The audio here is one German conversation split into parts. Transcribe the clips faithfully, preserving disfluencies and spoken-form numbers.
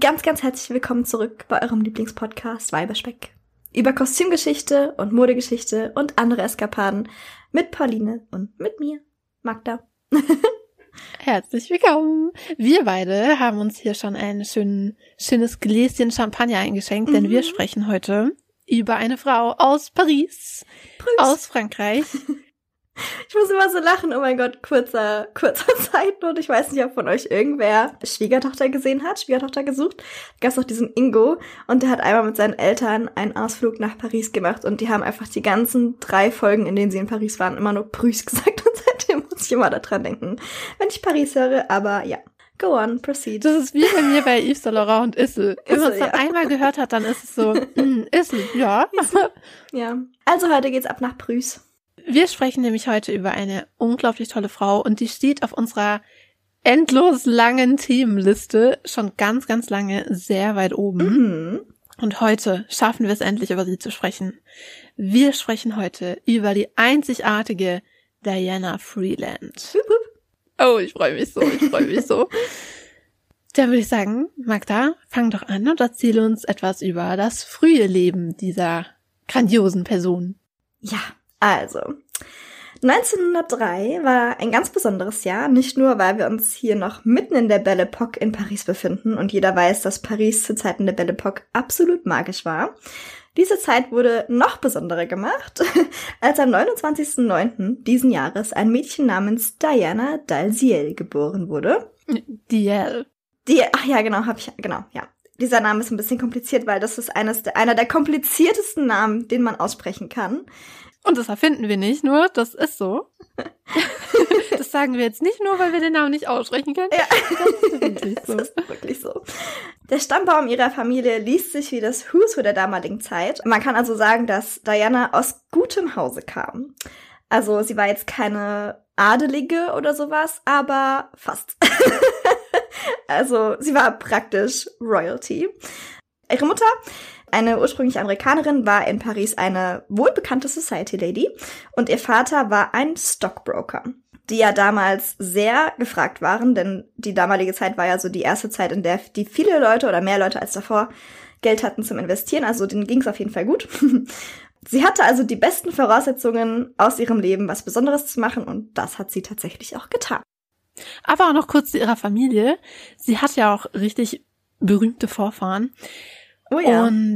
Ganz, ganz herzlich willkommen zurück bei eurem Lieblingspodcast Weiberspeck. Über Kostümgeschichte und Modegeschichte und andere Eskapaden mit Pauline und mit mir, Magda. Herzlich willkommen. Wir beide haben uns hier schon ein schön, schönes Gläschen Champagner eingeschenkt, mhm. denn wir sprechen heute über eine Frau aus Paris, Prüß. aus Frankreich. Ich muss immer so lachen, oh mein Gott, kurzer, kurzer Zeitnot. Ich weiß nicht, ob von euch irgendwer Schwiegertochter gesehen hat, Schwiegertochter gesucht. Da gab es noch diesen Ingo und der hat einmal mit seinen Eltern einen Ausflug nach Paris gemacht und die haben einfach die ganzen drei Folgen, in denen sie in Paris waren, immer nur Prüß gesagt und seitdem muss ich immer daran denken, wenn ich Paris höre, aber ja. Go on, proceed. Das ist wie bei mir bei Yves Saint Laurent und Issel. Wenn man es dann ja. einmal gehört hat, dann ist es so, mm, Issel, ja. Ja, also heute geht's ab nach Prüß. Wir sprechen nämlich heute über eine unglaublich tolle Frau und die steht auf unserer endlos langen Themenliste schon ganz, ganz lange sehr weit oben. Mhm. Und heute schaffen wir es endlich, über sie zu sprechen. Wir sprechen heute über die einzigartige Diana Vreeland. Oh, ich freue mich so, ich freue mich so. Dann würde ich sagen, Magda, fang doch an und erzähle uns etwas über das frühe Leben dieser grandiosen Person. Ja. Also, neunzehnhundertdrei war ein ganz besonderes Jahr, nicht nur, weil wir uns hier noch mitten in der Belle Époque in Paris befinden und jeder weiß, dass Paris zu Zeiten der Belle Époque absolut magisch war. Diese Zeit wurde noch besonderer gemacht, als am neunundzwanzigsten neunten diesen Jahres ein Mädchen namens Diana Dalziel geboren wurde. Diel. Die, ach ja, genau, hab ich, genau, ja. Dieser Name ist ein bisschen kompliziert, weil das ist eines der, einer der kompliziertesten Namen, den man aussprechen kann. Und das erfinden wir nicht nur, das ist so. Das sagen wir jetzt nicht nur, weil wir den Namen nicht aussprechen können. Ja, das ist wirklich so. Das ist wirklich so. Der Stammbaum ihrer Familie liest sich wie das Who's Who der damaligen Zeit. Man kann also sagen, dass Diana aus gutem Hause kam. Also sie war jetzt keine Adelige oder sowas, aber fast. Also sie war praktisch Royalty. Ihre Mutter, eine ursprünglich Amerikanerin, war in Paris eine wohlbekannte Society Lady und ihr Vater war ein Stockbroker, die ja damals sehr gefragt waren, denn die damalige Zeit war ja so die erste Zeit, in der die viele Leute oder mehr Leute als davor Geld hatten zum Investieren, also denen ging es auf jeden Fall gut. Sie hatte also die besten Voraussetzungen, aus ihrem Leben was Besonderes zu machen und das hat sie tatsächlich auch getan. Aber auch noch kurz zu ihrer Familie. Sie hat ja auch richtig berühmte Vorfahren. Oh ja. Und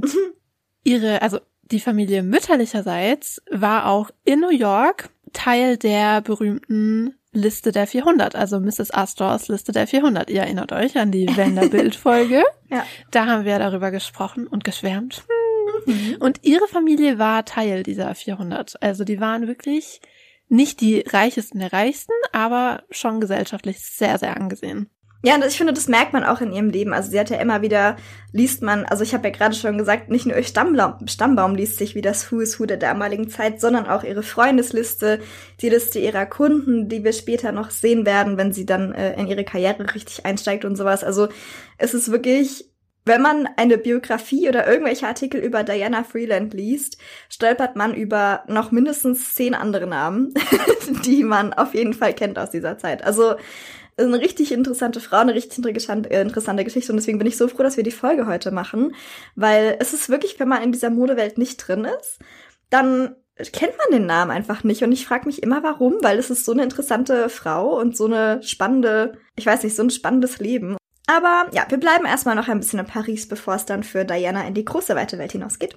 ihre, also die Familie mütterlicherseits war auch in New York Teil der berühmten Liste der vierhundert, also Misses Astors Liste der vierhundert. Ihr erinnert euch an die Vanderbilt-Folge. Ja. Da haben wir darüber gesprochen und geschwärmt. Mhm. Und ihre Familie war Teil dieser vierhundert. Also die waren wirklich nicht die reichesten der Reichsten, aber schon gesellschaftlich sehr, sehr angesehen. Ja, und ich finde, das merkt man auch in ihrem Leben. Also sie hat ja immer wieder, liest man, also ich habe ja gerade schon gesagt, nicht nur ihr Stammbaum, Stammbaum liest sich wie das Who's Who der damaligen Zeit, sondern auch ihre Freundesliste, die Liste ihrer Kunden, die wir später noch sehen werden, wenn sie dann äh, in ihre Karriere richtig einsteigt und sowas. Also es ist wirklich, wenn man eine Biografie oder irgendwelche Artikel über Diana Vreeland liest, stolpert man über noch mindestens zehn andere Namen, die man auf jeden Fall kennt aus dieser Zeit. Also eine richtig interessante Frau, eine richtig interessante Geschichte und deswegen bin ich so froh, dass wir die Folge heute machen, weil es ist wirklich, wenn man in dieser Modewelt nicht drin ist, dann kennt man den Namen einfach nicht und ich frage mich immer, warum, weil es ist so eine interessante Frau und so eine spannende, ich weiß nicht, so ein spannendes Leben. Aber ja, wir bleiben erstmal noch ein bisschen in Paris, bevor es dann für Diana in die große, weite Welt hinausgeht.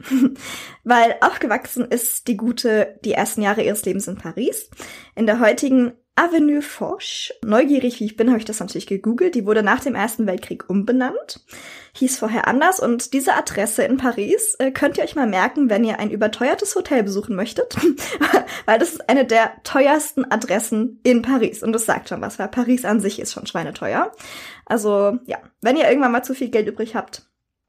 Weil aufgewachsen ist die Gute die ersten Jahre ihres Lebens in Paris, in der heutigen Avenue Foch. Neugierig wie ich bin, habe ich das natürlich gegoogelt. Die wurde nach dem Ersten Weltkrieg umbenannt. Hieß vorher anders. Und diese Adresse in Paris äh, könnt ihr euch mal merken, wenn ihr ein überteuertes Hotel besuchen möchtet. Weil das ist eine der teuersten Adressen in Paris. Und das sagt schon was, weil Paris an sich ist schon schweineteuer. Also ja, wenn ihr irgendwann mal zu viel Geld übrig habt,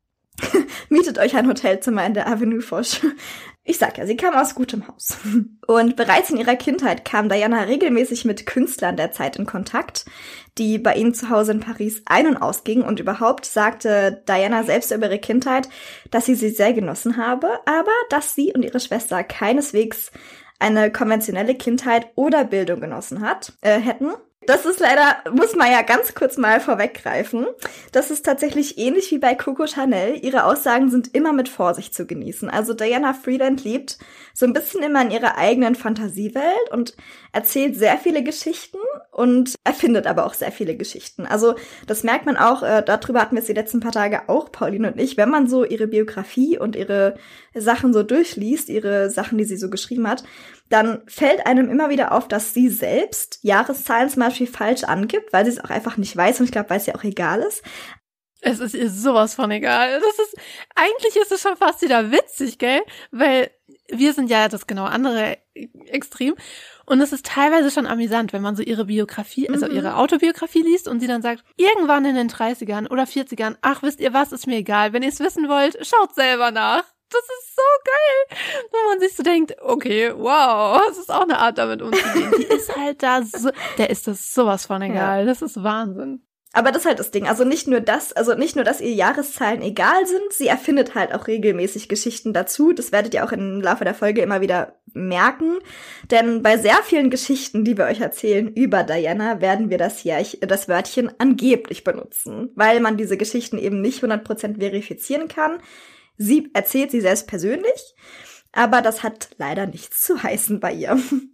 mietet euch ein Hotelzimmer in der Avenue Foch. Ich sag ja, sie kam aus gutem Haus. Und bereits in ihrer Kindheit kam Diana regelmäßig mit Künstlern der Zeit in Kontakt, die bei ihnen zu Hause in Paris ein- und ausgingen. Und überhaupt sagte Diana selbst über ihre Kindheit, dass sie sie sehr genossen habe, aber dass sie und ihre Schwester keineswegs eine konventionelle Kindheit oder Bildung genossen hat, äh, hätten. das ist leider, muss man ja ganz kurz mal vorweggreifen. Das ist tatsächlich ähnlich wie bei Coco Chanel. Ihre Aussagen sind immer mit Vorsicht zu genießen. Also Diana Vreeland lebt so ein bisschen immer in ihrer eigenen Fantasiewelt und erzählt sehr viele Geschichten und erfindet aber auch sehr viele Geschichten. Also das merkt man auch, äh, darüber hatten wir es die letzten paar Tage auch, Pauline und ich, wenn man so ihre Biografie und ihre Sachen so durchliest, ihre Sachen, die sie so geschrieben hat, dann fällt einem immer wieder auf, dass sie selbst Jahreszahlen zum Beispiel falsch angibt, weil sie es auch einfach nicht weiß und ich glaube, weil es ja auch egal ist. Es ist ihr sowas von egal. Das ist, eigentlich ist es schon fast wieder witzig, gell? Weil wir sind ja das genau andere Extrem. Und es ist teilweise schon amüsant, wenn man so ihre Biografie, also mhm. ihre Autobiografie liest und sie dann sagt, irgendwann in den dreißigern oder vierzigern, ach, wisst ihr was, ist mir egal. Wenn ihr es wissen wollt, schaut selber nach. Das ist so geil, wo man sich so denkt, okay, wow, das ist auch eine Art, damit umzugehen. Die ist halt da so, der ist das sowas von egal. Ja. Das ist Wahnsinn. Aber das ist halt das Ding. Also nicht nur das, also nicht nur, dass ihr Jahreszahlen egal sind, sie erfindet halt auch regelmäßig Geschichten dazu. Das werdet ihr auch im Laufe der Folge immer wieder merken. Denn bei sehr vielen Geschichten, die wir euch erzählen über Diana, werden wir das hier, das Wörtchen angeblich benutzen. Weil man diese Geschichten eben nicht hundert Prozent verifizieren kann. Sie erzählt sie selbst persönlich, aber das hat leider nichts zu heißen bei ihr.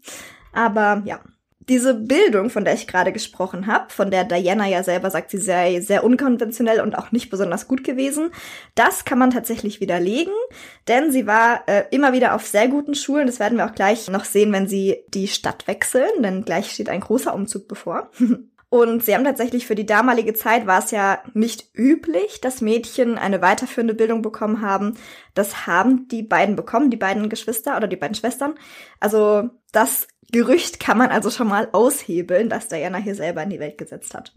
Aber ja. Diese Bildung, von der ich gerade gesprochen habe, von der Diana ja selber sagt, sie sei sehr unkonventionell und auch nicht besonders gut gewesen, das kann man tatsächlich widerlegen, denn sie war äh, immer wieder auf sehr guten Schulen. Das werden wir auch gleich noch sehen, wenn sie die Stadt wechseln, denn gleich steht ein großer Umzug bevor. Und sie haben tatsächlich für die damalige Zeit, war es ja nicht üblich, dass Mädchen eine weiterführende Bildung bekommen haben. Das haben die beiden bekommen, die beiden Geschwister oder die beiden Schwestern. Also das Gerücht kann man also schon mal aushebeln, dass Diana hier selber in die Welt gesetzt hat.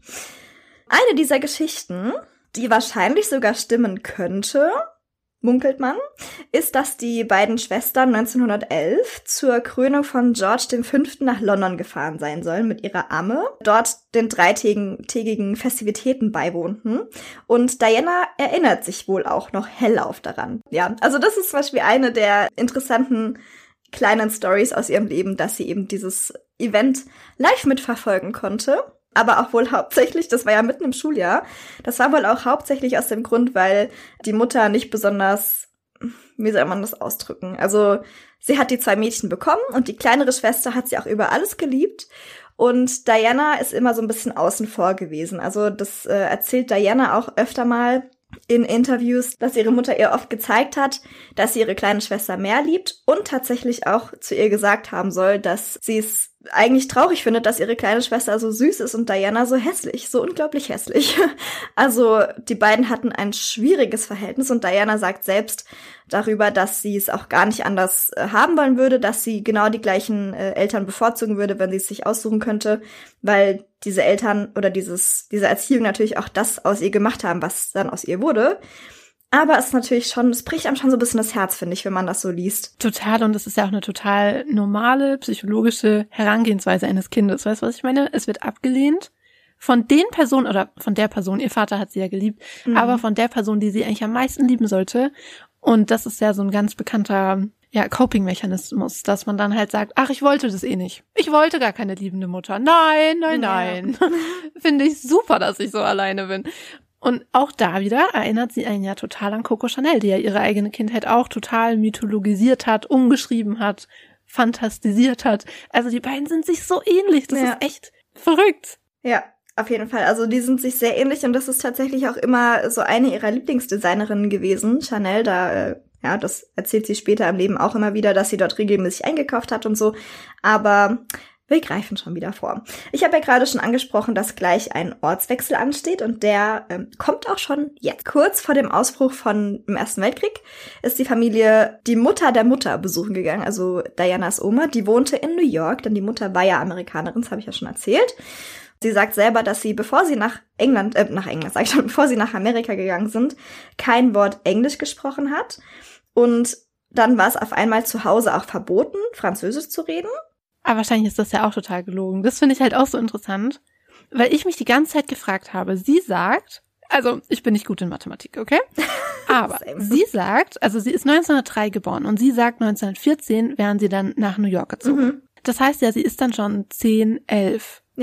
Eine dieser Geschichten, die wahrscheinlich sogar stimmen könnte, munkelt man, ist, dass die beiden Schwestern neunzehnhundertelf zur Krönung von George der Fünfte nach London gefahren sein sollen mit ihrer Amme, dort den dreitägigen Festivitäten beiwohnten. Und Diana erinnert sich wohl auch noch hellauf daran. Ja, also das ist zum Beispiel eine der interessanten kleinen Stories aus ihrem Leben, dass sie eben dieses Event live mitverfolgen konnte. Aber auch wohl hauptsächlich, das war ja mitten im Schuljahr, das war wohl auch hauptsächlich aus dem Grund, weil die Mutter nicht besonders, wie soll man das ausdrücken, also sie hat die zwei Mädchen bekommen und die kleinere Schwester hat sie auch über alles geliebt und Diana ist immer so ein bisschen außen vor gewesen. Also das äh, erzählt Diana auch öfter mal in Interviews, dass ihre Mutter ihr oft gezeigt hat, dass sie ihre kleine Schwester mehr liebt und tatsächlich auch zu ihr gesagt haben soll, dass sie es eigentlich traurig findet, dass ihre kleine Schwester so süß ist und Diana so hässlich, so unglaublich hässlich. Also die beiden hatten ein schwieriges Verhältnis und Diana sagt selbst darüber, dass sie es auch gar nicht anders äh, haben wollen würde, dass sie genau die gleichen äh, Eltern bevorzugen würde, wenn sie es sich aussuchen könnte, weil diese Eltern oder dieses diese Erziehung natürlich auch das aus ihr gemacht haben, was dann aus ihr wurde. Aber es ist natürlich schon, es bricht einem schon so ein bisschen das Herz, finde ich, wenn man das so liest. Total, und es ist ja auch eine total normale psychologische Herangehensweise eines Kindes. Weißt du, was ich meine? Es wird abgelehnt von den Personen, oder von der Person, ihr Vater hat sie ja geliebt, mhm. aber von der Person, die sie eigentlich am meisten lieben sollte. Und das ist ja so ein ganz bekannter ja, Coping-Mechanismus, dass man dann halt sagt, ach, ich wollte das eh nicht. Ich wollte gar keine liebende Mutter. Nein, nein, ja. nein. Finde ich super, dass ich so alleine bin. Und auch da wieder erinnert sie einen ja total an Coco Chanel, die ja ihre eigene Kindheit auch total mythologisiert hat, umgeschrieben hat, fantastisiert hat. Also die beiden sind sich so ähnlich. Das ja. ist echt verrückt. Ja, auf jeden Fall. Also die sind sich sehr ähnlich und das ist tatsächlich auch immer so eine ihrer Lieblingsdesignerinnen gewesen, Chanel. Da, äh, ja, das erzählt sie später im Leben auch immer wieder, dass sie dort regelmäßig eingekauft hat und so. Aber wir greifen schon wieder vor. Ich habe ja gerade schon angesprochen, dass gleich ein Ortswechsel ansteht und der ähm, kommt auch schon jetzt. Kurz vor dem Ausbruch von dem Ersten Weltkrieg ist die Familie die Mutter der Mutter besuchen gegangen, also Dianas Oma. Die wohnte in New York, denn die Mutter war ja Amerikanerin, das habe ich ja schon erzählt. Sie sagt selber, dass sie, bevor sie nach England, äh, nach England, sag ich schon, bevor sie nach Amerika gegangen sind, kein Wort Englisch gesprochen hat. Und dann war es auf einmal zu Hause auch verboten, Französisch zu reden. Aber wahrscheinlich ist das ja auch total gelogen. Das finde ich halt auch so interessant, weil ich mich die ganze Zeit gefragt habe. Sie sagt, also ich bin nicht gut in Mathematik, okay? Aber sie sagt, also sie ist neunzehnhundertdrei geboren und sie sagt, neunzehnhundertvierzehn wären sie dann nach New York gezogen. Mhm. Das heißt ja, sie ist dann schon zehn, elf. Ja.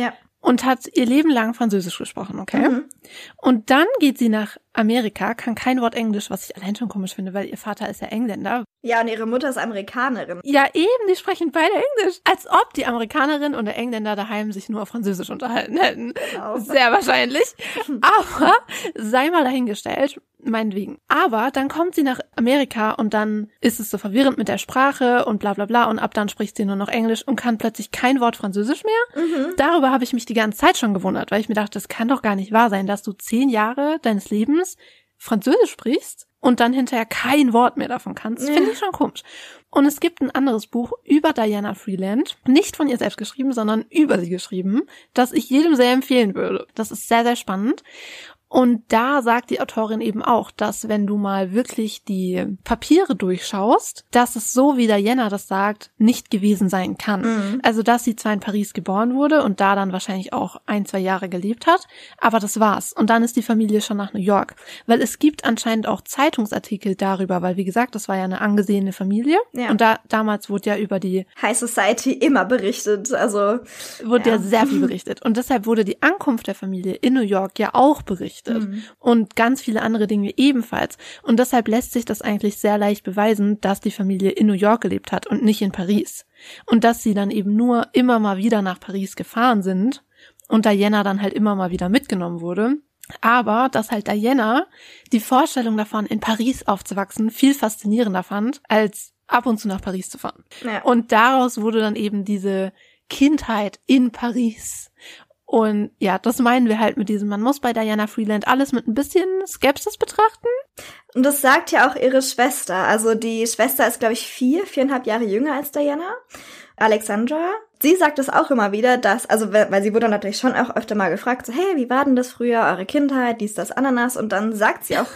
und hat ihr Leben lang Französisch gesprochen, okay? Mhm. Und dann geht sie nach Amerika, kann kein Wort Englisch, was ich allein schon komisch finde, weil ihr Vater ist ja Engländer. Ja, und ihre Mutter ist Amerikanerin. Ja, eben, die sprechen beide Englisch. Als ob die Amerikanerin und der Engländer daheim sich nur auf Französisch unterhalten hätten. Genau. Sehr wahrscheinlich. Aber sei mal dahingestellt, meinetwegen. Aber dann kommt sie nach Amerika und dann ist es so verwirrend mit der Sprache und bla bla bla und ab dann spricht sie nur noch Englisch und kann plötzlich kein Wort Französisch mehr. Mhm. Darüber habe ich mich die ganze Zeit schon gewundert, weil ich mir dachte, das kann doch gar nicht wahr sein, dass du zehn Jahre deines Lebens Französisch sprichst und dann hinterher kein Wort mehr davon kannst. Ja. Finde ich schon komisch. Und es gibt ein anderes Buch über Diana Vreeland, nicht von ihr selbst geschrieben, sondern über sie geschrieben, das ich jedem sehr empfehlen würde. Das ist sehr, sehr spannend. Und da sagt die Autorin eben auch, dass wenn du mal wirklich die Papiere durchschaust, dass es so, wie Diana das sagt, nicht gewesen sein kann. Mhm. Also, dass sie zwar in Paris geboren wurde und da dann wahrscheinlich auch ein, zwei Jahre gelebt hat, aber das war's. Und dann ist die Familie schon nach New York. Weil es gibt anscheinend auch Zeitungsartikel darüber, weil wie gesagt, das war ja eine angesehene Familie. Ja. Und da damals wurde ja über die High Society immer berichtet. Also wurde ja. ja sehr viel berichtet. Und deshalb wurde die Ankunft der Familie in New York ja auch berichtet. Mhm. Und ganz viele andere Dinge ebenfalls. Und deshalb lässt sich das eigentlich sehr leicht beweisen, dass die Familie in New York gelebt hat und nicht in Paris. Und dass sie dann eben nur immer mal wieder nach Paris gefahren sind und Diana dann halt immer mal wieder mitgenommen wurde. Aber dass halt Diana die Vorstellung davon, in Paris aufzuwachsen, viel faszinierender fand, als ab und zu nach Paris zu fahren. Ja. Und daraus wurde dann eben diese Kindheit in Paris. Und ja, das meinen wir halt mit diesem, man muss bei Diana Vreeland alles mit ein bisschen Skepsis betrachten. Und das sagt ja auch ihre Schwester. Also die Schwester ist, glaube ich, vier, viereinhalb Jahre jünger als Diana, Alexandra. Sie sagt es auch immer wieder, dass, also weil sie wurde natürlich schon auch öfter mal gefragt, so, hey, wie war denn das früher, eure Kindheit, dies, das, Ananas, und dann sagt sie auch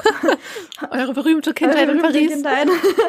eure berühmte Kindheit eure berühmte in Paris. Kindheit.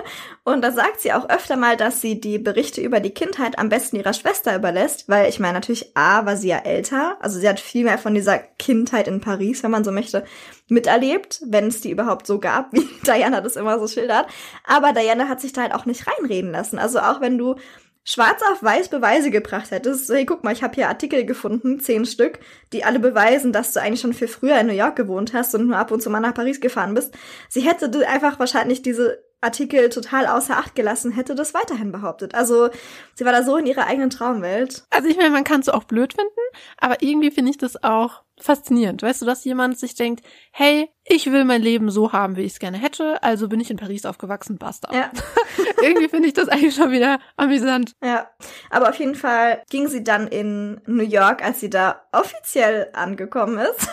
Und da sagt sie auch öfter mal, dass sie die Berichte über die Kindheit am besten ihrer Schwester überlässt, weil ich meine, natürlich A, war sie ja älter, also sie hat viel mehr von dieser Kindheit in Paris, wenn man so möchte, miterlebt, wenn es die überhaupt so gab, wie Diana das immer so schildert. Aber Diana hat sich da halt auch nicht reinreden lassen. Also auch wenn du schwarz auf weiß Beweise gebracht hättest, so, hey, guck mal, ich habe hier Artikel gefunden, zehn Stück, die alle beweisen, dass du eigentlich schon viel früher in New York gewohnt hast und nur ab und zu mal nach Paris gefahren bist. Sie hätte einfach wahrscheinlich diese Artikel total außer Acht gelassen, hätte das weiterhin behauptet. Also sie war da so in ihrer eigenen Traumwelt. Also ich meine, man kann es auch blöd finden, aber irgendwie finde ich das auch faszinierend. Weißt du, dass jemand sich denkt, hey, ich will mein Leben so haben, wie ich es gerne hätte, also bin ich in Paris aufgewachsen, basta. Ja. Irgendwie finde ich das eigentlich schon wieder amüsant. Ja, aber auf jeden Fall ging sie dann in New York, als sie da offiziell angekommen ist,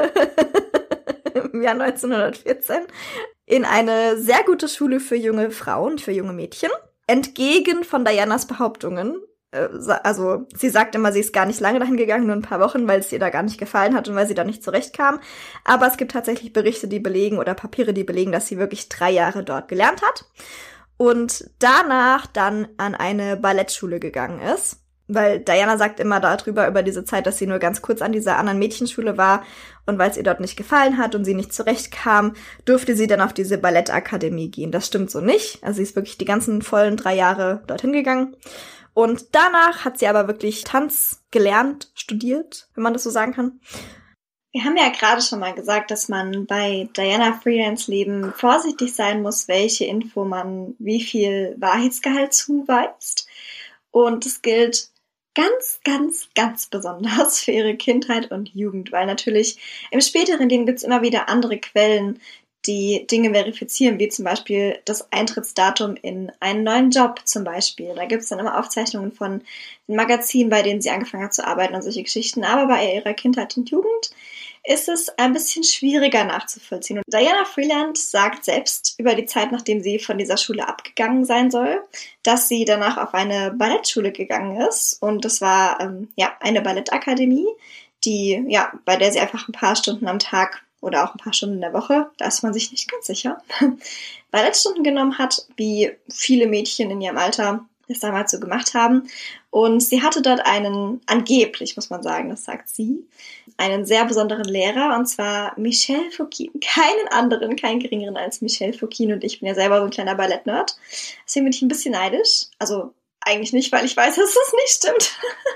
im Jahr neunzehnhundertvierzehn, in eine sehr gute Schule für junge Frauen, für junge Mädchen, entgegen von Dianas Behauptungen. Also sie sagt immer, sie ist gar nicht lange dahin gegangen, nur ein paar Wochen, weil es ihr da gar nicht gefallen hat und weil sie da nicht zurechtkam. Aber es gibt tatsächlich Berichte, die belegen oder Papiere, die belegen, dass sie wirklich drei Jahre dort gelernt hat und danach dann an eine Ballettschule gegangen ist. Weil Diana sagt immer darüber, über diese Zeit, dass sie nur ganz kurz an dieser anderen Mädchenschule war und weil es ihr dort nicht gefallen hat und sie nicht zurechtkam, durfte sie dann auf diese Ballettakademie gehen. Das stimmt so nicht. Also sie ist wirklich die ganzen vollen drei Jahre dorthin gegangen. Und danach hat sie aber wirklich Tanz gelernt, studiert, wenn man das so sagen kann. Wir haben ja gerade schon mal gesagt, dass man bei Diana Vreelands Leben vorsichtig sein muss, welche Info man wie viel Wahrheitsgehalt zuweist. Und es gilt ganz, ganz, ganz besonders für ihre Kindheit und Jugend, weil natürlich im späteren Leben gibt es immer wieder andere Quellen, die Dinge verifizieren, wie zum Beispiel das Eintrittsdatum in einen neuen Job zum Beispiel. Da gibt es dann immer Aufzeichnungen von den Magazinen, bei denen sie angefangen hat zu arbeiten und solche Geschichten. Aber bei ihrer Kindheit und Jugend ist es ein bisschen schwieriger nachzuvollziehen. Und Diana Vreeland sagt selbst über die Zeit, nachdem sie von dieser Schule abgegangen sein soll, dass sie danach auf eine Ballettschule gegangen ist. Und das war ähm, ja eine Ballettakademie, die ja bei der sie einfach ein paar Stunden am Tag oder auch ein paar Stunden in der Woche, da ist man sich nicht ganz sicher, Ballettstunden genommen hat, wie viele Mädchen in ihrem Alter es damals so gemacht haben. Und sie hatte dort einen, angeblich muss man sagen, das sagt sie, einen sehr besonderen Lehrer, und zwar Michel Fokine. Keinen anderen, keinen geringeren als Michel Fokine. Und ich bin ja selber so ein kleiner Ballettnerd. Deswegen bin ich ein bisschen neidisch. Also eigentlich nicht, weil ich weiß, dass das nicht stimmt.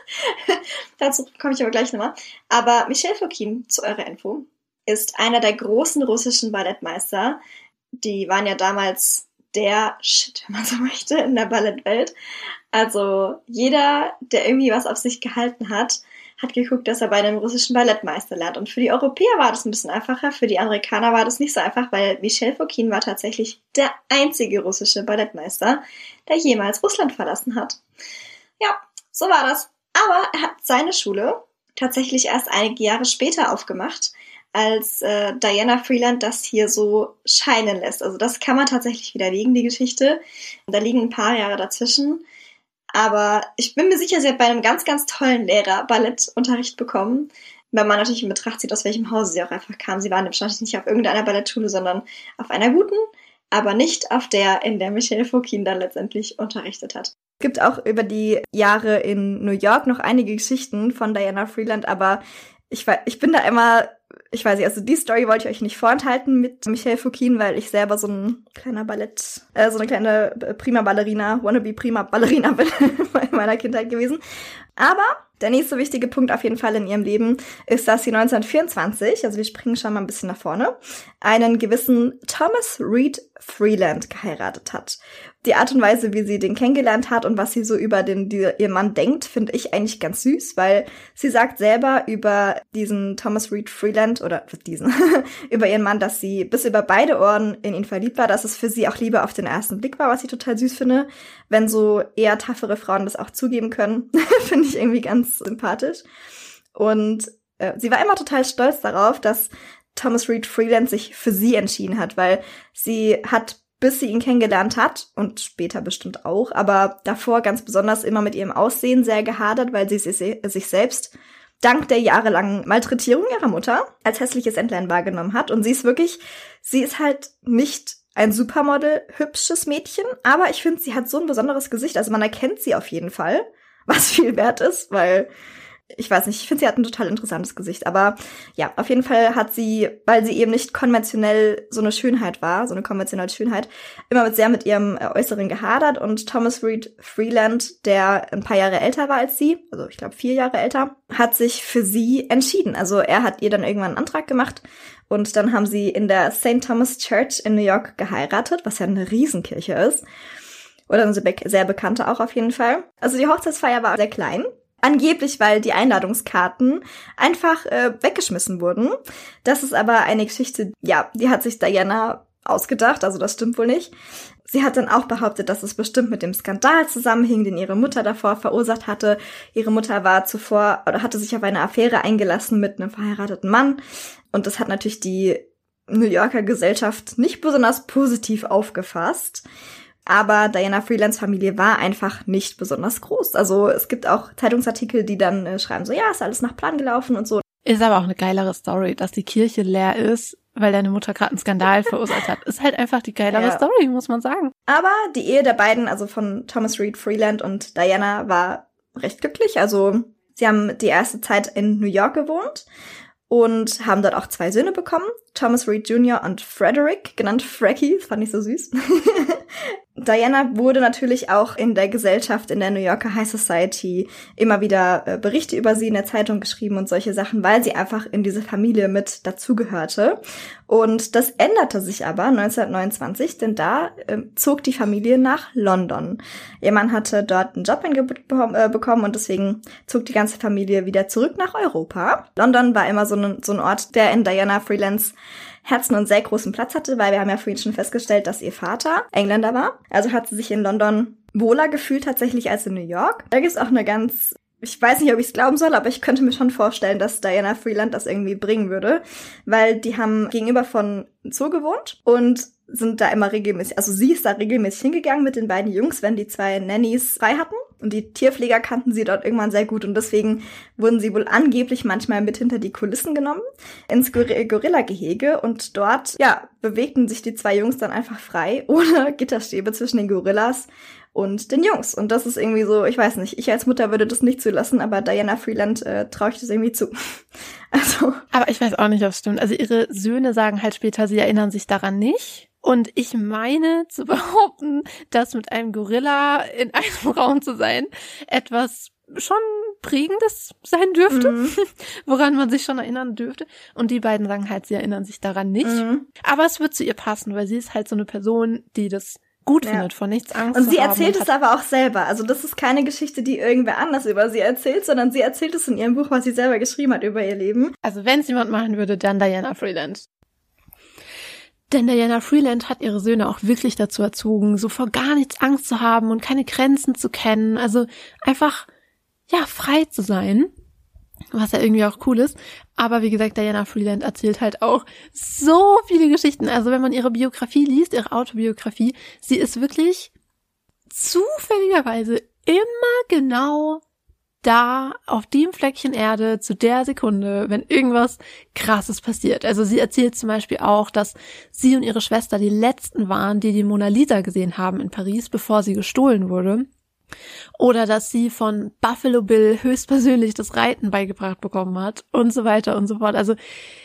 Dazu komme ich aber gleich nochmal. Aber Michel Fokine, zu eurer Info, ist einer der großen russischen Ballettmeister. Die waren ja damals der Shit, wenn man so möchte, in der Ballettwelt. Also jeder, der irgendwie was auf sich gehalten hat, hat geguckt, dass er bei einem russischen Ballettmeister lernt. Und für die Europäer war das ein bisschen einfacher, für die Amerikaner war das nicht so einfach, weil Michel Fokine war tatsächlich der einzige russische Ballettmeister, der jemals Russland verlassen hat. Ja, so war das. Aber er hat seine Schule tatsächlich erst einige Jahre später aufgemacht, als äh, Diana Freeland das hier so scheinen lässt. Also das kann man tatsächlich widerlegen, die Geschichte. Da liegen ein paar Jahre dazwischen. Aber ich bin mir sicher, sie hat bei einem ganz, ganz tollen Lehrer Ballettunterricht bekommen. Wenn man natürlich in Betracht zieht, aus welchem Hause sie auch einfach kam. Sie war wahrscheinlich nicht auf irgendeiner Ballettschule, sondern auf einer guten, aber nicht auf der, in der Michel Fokine dann letztendlich unterrichtet hat. Es gibt auch über die Jahre in New York noch einige Geschichten von Diana Freeland, aber ich, ich bin da immer, ich weiß nicht, also die Story wollte ich euch nicht vorenthalten mit Michel Fokine, weil ich selber so ein kleiner Ballett, äh, so eine kleine Prima-Ballerina, wannabe-Prima-Ballerina bin in meiner Kindheit gewesen. Aber der nächste wichtige Punkt auf jeden Fall in ihrem Leben ist, dass sie neunzehnhundertvierundzwanzig, also wir springen schon mal ein bisschen nach vorne, einen gewissen Thomas Reed Freeland geheiratet hat. Die Art und Weise, wie sie den kennengelernt hat und was sie so über den die, ihr Mann denkt, finde ich eigentlich ganz süß, weil sie sagt selber über diesen Thomas Reed Freeland oder diesen über ihren Mann, dass sie bis über beide Ohren in ihn verliebt war, dass es für sie auch Liebe auf den ersten Blick war, was ich total süß finde, wenn so eher taffere Frauen das auch zugeben können, finde ich irgendwie ganz sympathisch. Und äh, sie war immer total stolz darauf, dass Thomas Reed Freeland sich für sie entschieden hat, weil sie hat, bis sie ihn kennengelernt hat, und später bestimmt auch, aber davor ganz besonders immer mit ihrem Aussehen sehr gehadert, weil sie sich selbst dank der jahrelangen Malträtierung ihrer Mutter als hässliches Entlein wahrgenommen hat. Und sie ist wirklich, sie ist halt nicht ein Supermodel, hübsches Mädchen, aber ich finde, sie hat so ein besonderes Gesicht, also man erkennt sie auf jeden Fall, was viel wert ist, weil ich weiß nicht, ich finde, sie hat ein total interessantes Gesicht. Aber ja, auf jeden Fall hat sie, weil sie eben nicht konventionell so eine Schönheit war, so eine konventionelle Schönheit, immer mit sehr mit ihrem Äußeren gehadert. Und Thomas Reed Freeland, der ein paar Jahre älter war als sie, also ich glaube vier Jahre älter, hat sich für sie entschieden. Also er hat ihr dann irgendwann einen Antrag gemacht und dann haben sie in der Saint Thomas Church in New York geheiratet, was ja eine Riesenkirche ist. Oder eine sehr bekannte auch auf jeden Fall. Also die Hochzeitsfeier war sehr klein. Angeblich, weil die Einladungskarten einfach äh, weggeschmissen wurden. Das ist aber eine Geschichte, ja, die hat sich Diana ausgedacht, also das stimmt wohl nicht. Sie hat dann auch behauptet, dass es bestimmt mit dem Skandal zusammenhing, den ihre Mutter davor verursacht hatte. Ihre Mutter war zuvor oder hatte sich auf eine Affäre eingelassen mit einem verheirateten Mann. Und das hat natürlich die New Yorker Gesellschaft nicht besonders positiv aufgefasst. Aber Diana Freelands Familie war einfach nicht besonders groß. Also es gibt auch Zeitungsartikel, die dann äh, schreiben so, ja, ist alles nach Plan gelaufen und so. Ist aber auch eine geilere Story, dass die Kirche leer ist, weil deine Mutter gerade einen Skandal verursacht hat. Ist halt einfach die geilere ja. Story, muss man sagen. Aber die Ehe der beiden, also von Thomas Reed Freeland und Diana, war recht glücklich. Also sie haben die erste Zeit in New York gewohnt und haben dort auch zwei Söhne bekommen. Thomas Reed Junior und Frederick, genannt Frankie, fand ich so süß. Diana wurde natürlich auch in der Gesellschaft, in der New Yorker High Society immer wieder äh, Berichte über sie in der Zeitung geschrieben und solche Sachen, weil sie einfach in diese Familie mit dazugehörte. Und das änderte sich aber neunzehnhundertneunundzwanzig, denn da äh, zog die Familie nach London. Ihr Mann hatte dort einen Jobangebot be- äh, bekommen und deswegen zog die ganze Familie wieder zurück nach Europa. London war immer so ein, so ein Ort, der in Diana Freelands Herzen einen sehr großen Platz hatte, weil wir haben ja vorhin schon festgestellt, dass ihr Vater Engländer war. Also hat sie sich in London wohler gefühlt tatsächlich als in New York. Da gibt es auch eine ganz, ich weiß nicht, ob ich es glauben soll, aber ich könnte mir schon vorstellen, dass Diana Freeland das irgendwie bringen würde, weil die haben gegenüber von Zoo gewohnt und sind da immer regelmäßig, also sie ist da regelmäßig hingegangen mit den beiden Jungs, wenn die zwei Nannies frei hatten. Und die Tierpfleger kannten sie dort irgendwann sehr gut und deswegen wurden sie wohl angeblich manchmal mit hinter die Kulissen genommen, ins Gor- Gorilla-Gehege und dort, ja, bewegten sich die zwei Jungs dann einfach frei, ohne Gitterstäbe zwischen den Gorillas und den Jungs. Und das ist irgendwie so, ich weiß nicht, ich als Mutter würde das nicht zulassen, aber Diana Freeland äh, traue ich das irgendwie zu. Also. Aber ich weiß auch nicht, ob es stimmt. Also ihre Söhne sagen halt später, sie erinnern sich daran nicht. Und ich meine zu behaupten, dass mit einem Gorilla in einem Raum zu sein etwas schon Prägendes sein dürfte, mhm. woran man sich schon erinnern dürfte. Und die beiden sagen halt, sie erinnern sich daran nicht. Mhm. Aber es wird zu ihr passen, weil sie ist halt so eine Person, die das gut ja. findet, vor nichts Angst und zu sie haben. Und sie erzählt es aber auch selber. Also das ist keine Geschichte, die irgendwer anders über sie erzählt, sondern sie erzählt es in ihrem Buch, was sie selber geschrieben hat über ihr Leben. Also wenn es jemand machen würde, dann Diana Freeland. Denn Diana Freeland hat ihre Söhne auch wirklich dazu erzogen, so vor gar nichts Angst zu haben und keine Grenzen zu kennen. Also einfach, ja, frei zu sein. Was ja irgendwie auch cool ist. Aber wie gesagt, Diana Freeland erzählt halt auch so viele Geschichten. Also wenn man ihre Biografie liest, ihre Autobiografie, sie ist wirklich zufälligerweise immer genau da auf dem Fleckchen Erde zu der Sekunde, wenn irgendwas Krasses passiert. Also sie erzählt zum Beispiel auch, dass sie und ihre Schwester die letzten waren, die die Mona Lisa gesehen haben in Paris, bevor sie gestohlen wurde. Oder dass sie von Buffalo Bill höchstpersönlich das Reiten beigebracht bekommen hat und so weiter und so fort. Also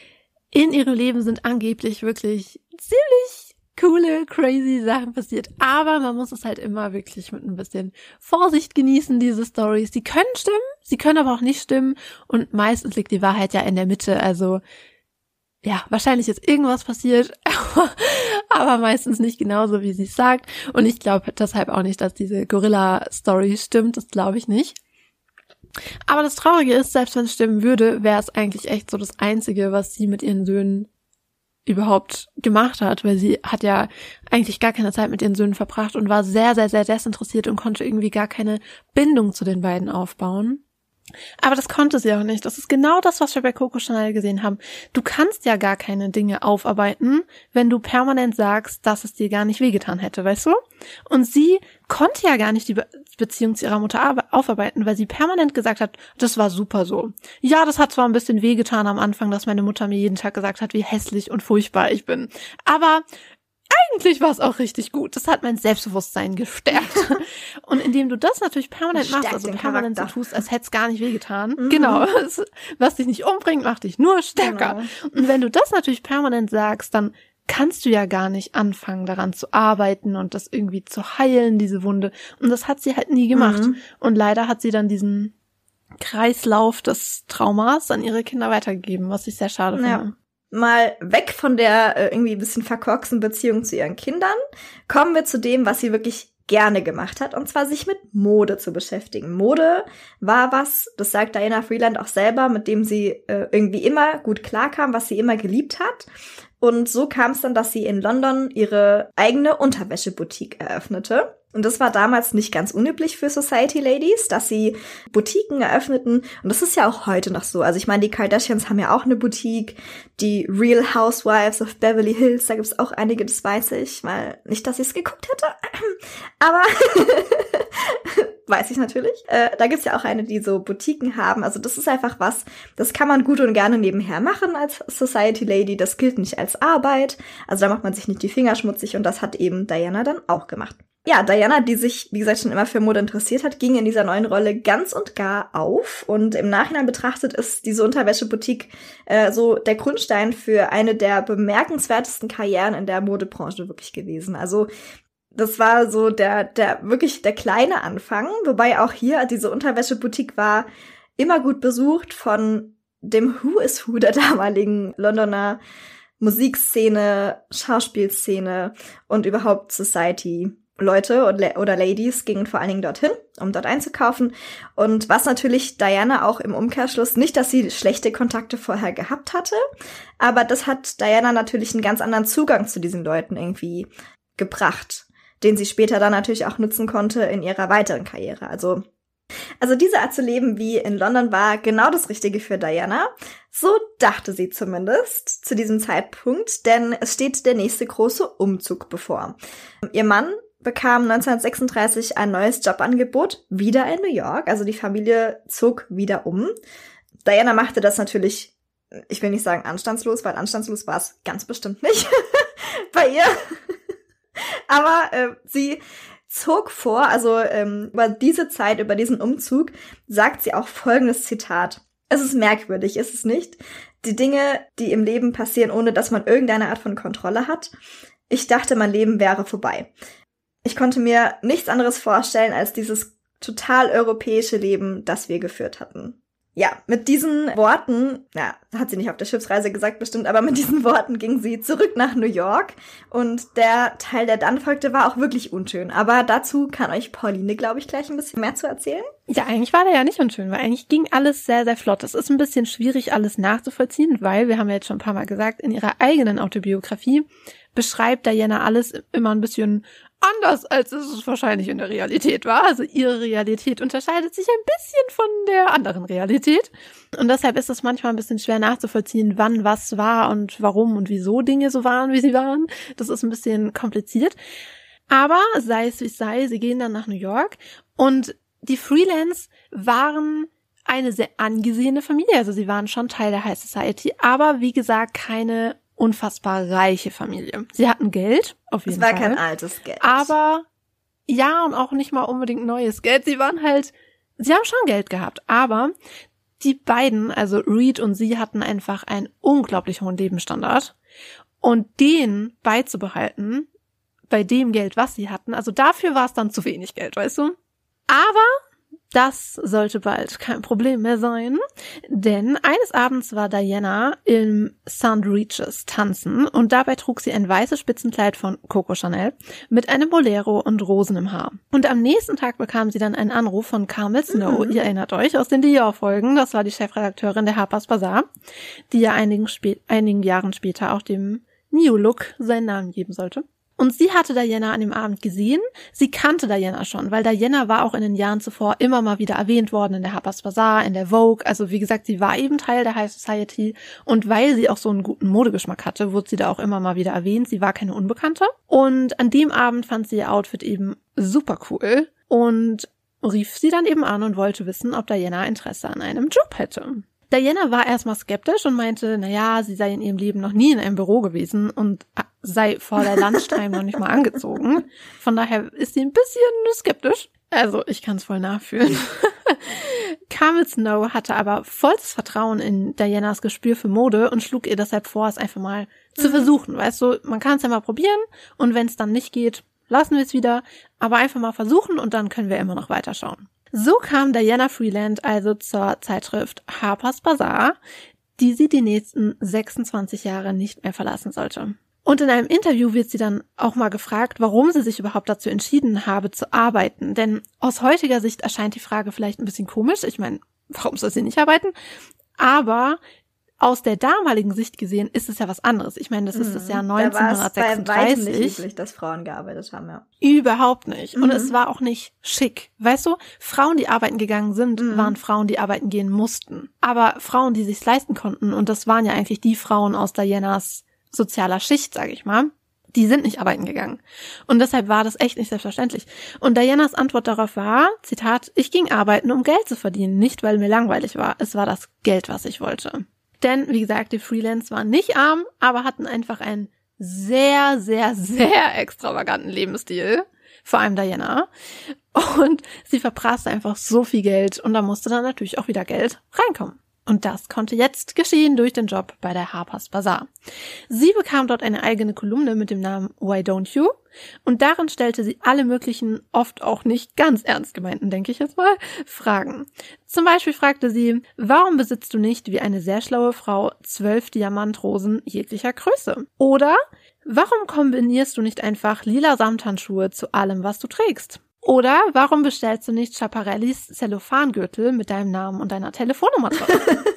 in ihrem Leben sind angeblich wirklich ziemlich coole, crazy Sachen passiert. Aber man muss es halt immer wirklich mit ein bisschen Vorsicht genießen, diese Stories. Die können stimmen, sie können aber auch nicht stimmen. Und meistens liegt die Wahrheit ja in der Mitte. Also ja, wahrscheinlich ist irgendwas passiert, aber meistens nicht genauso, wie sie es sagt. Und ich glaube deshalb auch nicht, dass diese Gorilla-Story stimmt. Das glaube ich nicht. Aber das Traurige ist, selbst wenn es stimmen würde, wäre es eigentlich echt so das Einzige, was sie mit ihren Söhnen überhaupt gemacht hat, weil sie hat ja eigentlich gar keine Zeit mit ihren Söhnen verbracht und war sehr, sehr, sehr desinteressiert und konnte irgendwie gar keine Bindung zu den beiden aufbauen. Aber das konnte sie auch nicht. Das ist genau das, was wir bei Coco Chanel gesehen haben. Du kannst ja gar keine Dinge aufarbeiten, wenn du permanent sagst, dass es dir gar nicht wehgetan hätte, weißt du? Und sie konnte ja gar nicht die Be- Beziehung zu ihrer Mutter aufarbeiten, weil sie permanent gesagt hat, das war super so. Ja, das hat zwar ein bisschen wehgetan am Anfang, dass meine Mutter mir jeden Tag gesagt hat, wie hässlich und furchtbar ich bin. Aber eigentlich war es auch richtig gut. Das hat mein Selbstbewusstsein gestärkt. Und indem du das natürlich permanent machst, also permanent so tust, als hätte es gar nicht wehgetan. Mhm. Genau. Was dich nicht umbringt, macht dich nur stärker. Genau. Und wenn du das natürlich permanent sagst, dann kannst du ja gar nicht anfangen, daran zu arbeiten und das irgendwie zu heilen, diese Wunde. Und das hat sie halt nie gemacht. Mhm. Und leider hat sie dann diesen Kreislauf des Traumas an ihre Kinder weitergegeben, was ich sehr schade finde. Ja. Mal weg von der äh, irgendwie ein bisschen verkorksten Beziehung zu ihren Kindern, kommen wir zu dem, was sie wirklich gerne gemacht hat, und zwar sich mit Mode zu beschäftigen. Mode war was, das sagt Diana Freeland auch selber, mit dem sie äh, irgendwie immer gut klarkam, was sie immer geliebt hat. Und so kam es dann, dass sie in London ihre eigene Unterwäscheboutique eröffnete. Und das war damals nicht ganz unüblich für Society Ladies, dass sie Boutiquen eröffneten. Und das ist ja auch heute noch so. Also ich meine, die Kardashians haben ja auch eine Boutique. Die Real Housewives of Beverly Hills, da gibt's auch einige, das weiß ich. Mal nicht, dass ich es geguckt hätte. Aber weiß ich natürlich. Äh, da gibt's ja auch eine, die so Boutiquen haben. Also das ist einfach was, das kann man gut und gerne nebenher machen als Society Lady. Das gilt nicht als Arbeit. Also da macht man sich nicht die Finger schmutzig, und das hat eben Diana dann auch gemacht. Ja, Diana, die sich, wie gesagt, schon immer für Mode interessiert hat, ging in dieser neuen Rolle ganz und gar auf. Und im Nachhinein betrachtet ist diese Unterwäscheboutique äh, so der Grundstein für eine der bemerkenswertesten Karrieren in der Modebranche wirklich gewesen. Also das war so der, der wirklich der kleine Anfang. Wobei auch hier diese Unterwäscheboutique war immer gut besucht von dem Who is Who der damaligen Londoner Musikszene, Schauspielszene und überhaupt Society. Leute oder Ladies gingen vor allen Dingen dorthin, um dort einzukaufen. Und was natürlich Diana auch im Umkehrschluss, nicht, dass sie schlechte Kontakte vorher gehabt hatte, aber das hat Diana natürlich einen ganz anderen Zugang zu diesen Leuten irgendwie gebracht, den sie später dann natürlich auch nutzen konnte in ihrer weiteren Karriere. Also Also diese Art zu leben wie in London war genau das Richtige für Diana. So dachte sie zumindest zu diesem Zeitpunkt, denn es steht der nächste große Umzug bevor. Ihr Mann bekam neunzehnhundertsechsunddreißig ein neues Jobangebot, wieder in New York. Also die Familie zog wieder um. Diana machte das natürlich, ich will nicht sagen anstandslos, weil anstandslos war es ganz bestimmt nicht bei ihr. Aber äh, sie zog vor, also ähm, über diese Zeit, über diesen Umzug, sagt sie auch folgendes Zitat. Es ist merkwürdig, ist es nicht? Die Dinge, die im Leben passieren, ohne dass man irgendeine Art von Kontrolle hat. Ich dachte, mein Leben wäre vorbei. Ich konnte mir nichts anderes vorstellen als dieses total europäische Leben, das wir geführt hatten. Ja, mit diesen Worten, na, hat sie nicht auf der Schiffsreise gesagt bestimmt, aber mit diesen Worten ging sie zurück nach New York und der Teil, der dann folgte, war auch wirklich unschön. Aber dazu kann euch Pauline, glaube ich, gleich ein bisschen mehr zu erzählen. Ja, eigentlich war der ja nicht unschön, weil eigentlich ging alles sehr, sehr flott. Es ist ein bisschen schwierig, alles nachzuvollziehen, weil, wir haben ja jetzt schon ein paar Mal gesagt, in ihrer eigenen Autobiografie beschreibt Diana alles immer ein bisschen anders, als es wahrscheinlich in der Realität war. Also ihre Realität unterscheidet sich ein bisschen von der anderen Realität. Und deshalb ist es manchmal ein bisschen schwer nachzuvollziehen, wann was war und warum und wieso Dinge so waren, wie sie waren. Das ist ein bisschen kompliziert. Aber sei es wie es sei, sie gehen dann nach New York und die Freelance waren eine sehr angesehene Familie. Also sie waren schon Teil der High Society, aber wie gesagt keine unfassbar reiche Familie. Sie hatten Geld, auf jeden Fall. Es war kein altes Geld. Aber, ja, und auch nicht mal unbedingt neues Geld. Sie waren halt, sie haben schon Geld gehabt. Aber die beiden, also Reed und sie, hatten einfach einen unglaublich hohen Lebensstandard. Und den beizubehalten, bei dem Geld, was sie hatten, also dafür war es dann zu wenig Geld, weißt du? Aber das sollte bald kein Problem mehr sein, denn eines Abends war Diana im Saint Regis tanzen und dabei trug sie ein weißes Spitzenkleid von Coco Chanel mit einem Bolero und Rosen im Haar. Und am nächsten Tag bekam sie dann einen Anruf von Carmel Snow, mhm. ihr erinnert euch, aus den Dior-Folgen, das war die Chefredakteurin der Harper's Bazaar, die ja einigen, spä- einigen Jahren später auch dem New Look seinen Namen geben sollte. Und sie hatte Diana an dem Abend gesehen. Sie kannte Diana schon, weil Diana war auch in den Jahren zuvor immer mal wieder erwähnt worden in der Harper's Bazaar, in der Vogue. Also wie gesagt, sie war eben Teil der High Society. Und weil sie auch so einen guten Modegeschmack hatte, wurde sie da auch immer mal wieder erwähnt. Sie war keine Unbekannte. Und an dem Abend fand sie ihr Outfit eben super cool und rief sie dann eben an und wollte wissen, ob Diana Interesse an einem Job hätte. Diana war erstmal skeptisch und meinte, naja, sie sei in ihrem Leben noch nie in einem Büro gewesen und sei vor der Lunchtime noch nicht mal angezogen. Von daher ist sie ein bisschen skeptisch. Also, ich kann es voll nachfühlen. Carmel Snow hatte aber vollstes Vertrauen in Dianas Gespür für Mode und schlug ihr deshalb vor, es einfach mal mhm. zu versuchen. Weißt du, man kann es ja mal probieren und wenn es dann nicht geht, lassen wir es wieder. Aber einfach mal versuchen und dann können wir immer noch weiterschauen. So kam Diana Freeland also zur Zeitschrift Harper's Bazaar, die sie die nächsten sechsundzwanzig Jahre nicht mehr verlassen sollte. Und in einem Interview wird sie dann auch mal gefragt, warum sie sich überhaupt dazu entschieden habe, zu arbeiten. Denn aus heutiger Sicht erscheint die Frage vielleicht ein bisschen komisch. Ich meine, warum soll sie nicht arbeiten? Aber aus der damaligen Sicht gesehen ist es ja was anderes. Ich meine, das ist das Jahr neunzehnhundertsechsunddreißig. Da war es bei weitem nicht üblich, dass Frauen gearbeitet haben, ja. Überhaupt nicht. Mhm. Und es war auch nicht schick. Weißt du, Frauen, die arbeiten gegangen sind, mhm. waren Frauen, die arbeiten gehen mussten. Aber Frauen, die sich's leisten konnten, und das waren ja eigentlich die Frauen aus Dianas sozialer Schicht, sage ich mal, die sind nicht arbeiten gegangen. Und deshalb war das echt nicht selbstverständlich. Und Dianas Antwort darauf war, Zitat, ich ging arbeiten, um Geld zu verdienen, nicht weil mir langweilig war. Es war das Geld, was ich wollte. Denn, wie gesagt, die Freelance waren nicht arm, aber hatten einfach einen sehr, sehr, sehr extravaganten Lebensstil. Vor allem Diana. Und sie verprasste einfach so viel Geld und da musste dann natürlich auch wieder Geld reinkommen. Und das konnte jetzt geschehen durch den Job bei der Harper's Bazaar. Sie bekam dort eine eigene Kolumne mit dem Namen Why Don't You? Und darin stellte sie alle möglichen, oft auch nicht ganz ernst gemeinten, denke ich jetzt mal, Fragen. Zum Beispiel fragte sie, warum besitzt du nicht, wie eine sehr schlaue Frau, zwölf Diamantrosen jeglicher Größe? Oder, warum kombinierst du nicht einfach lila Samthandschuhe zu allem, was du trägst? Oder warum bestellst du nicht Schiaparellis Zellophangürtel mit deinem Namen und deiner Telefonnummer drauf?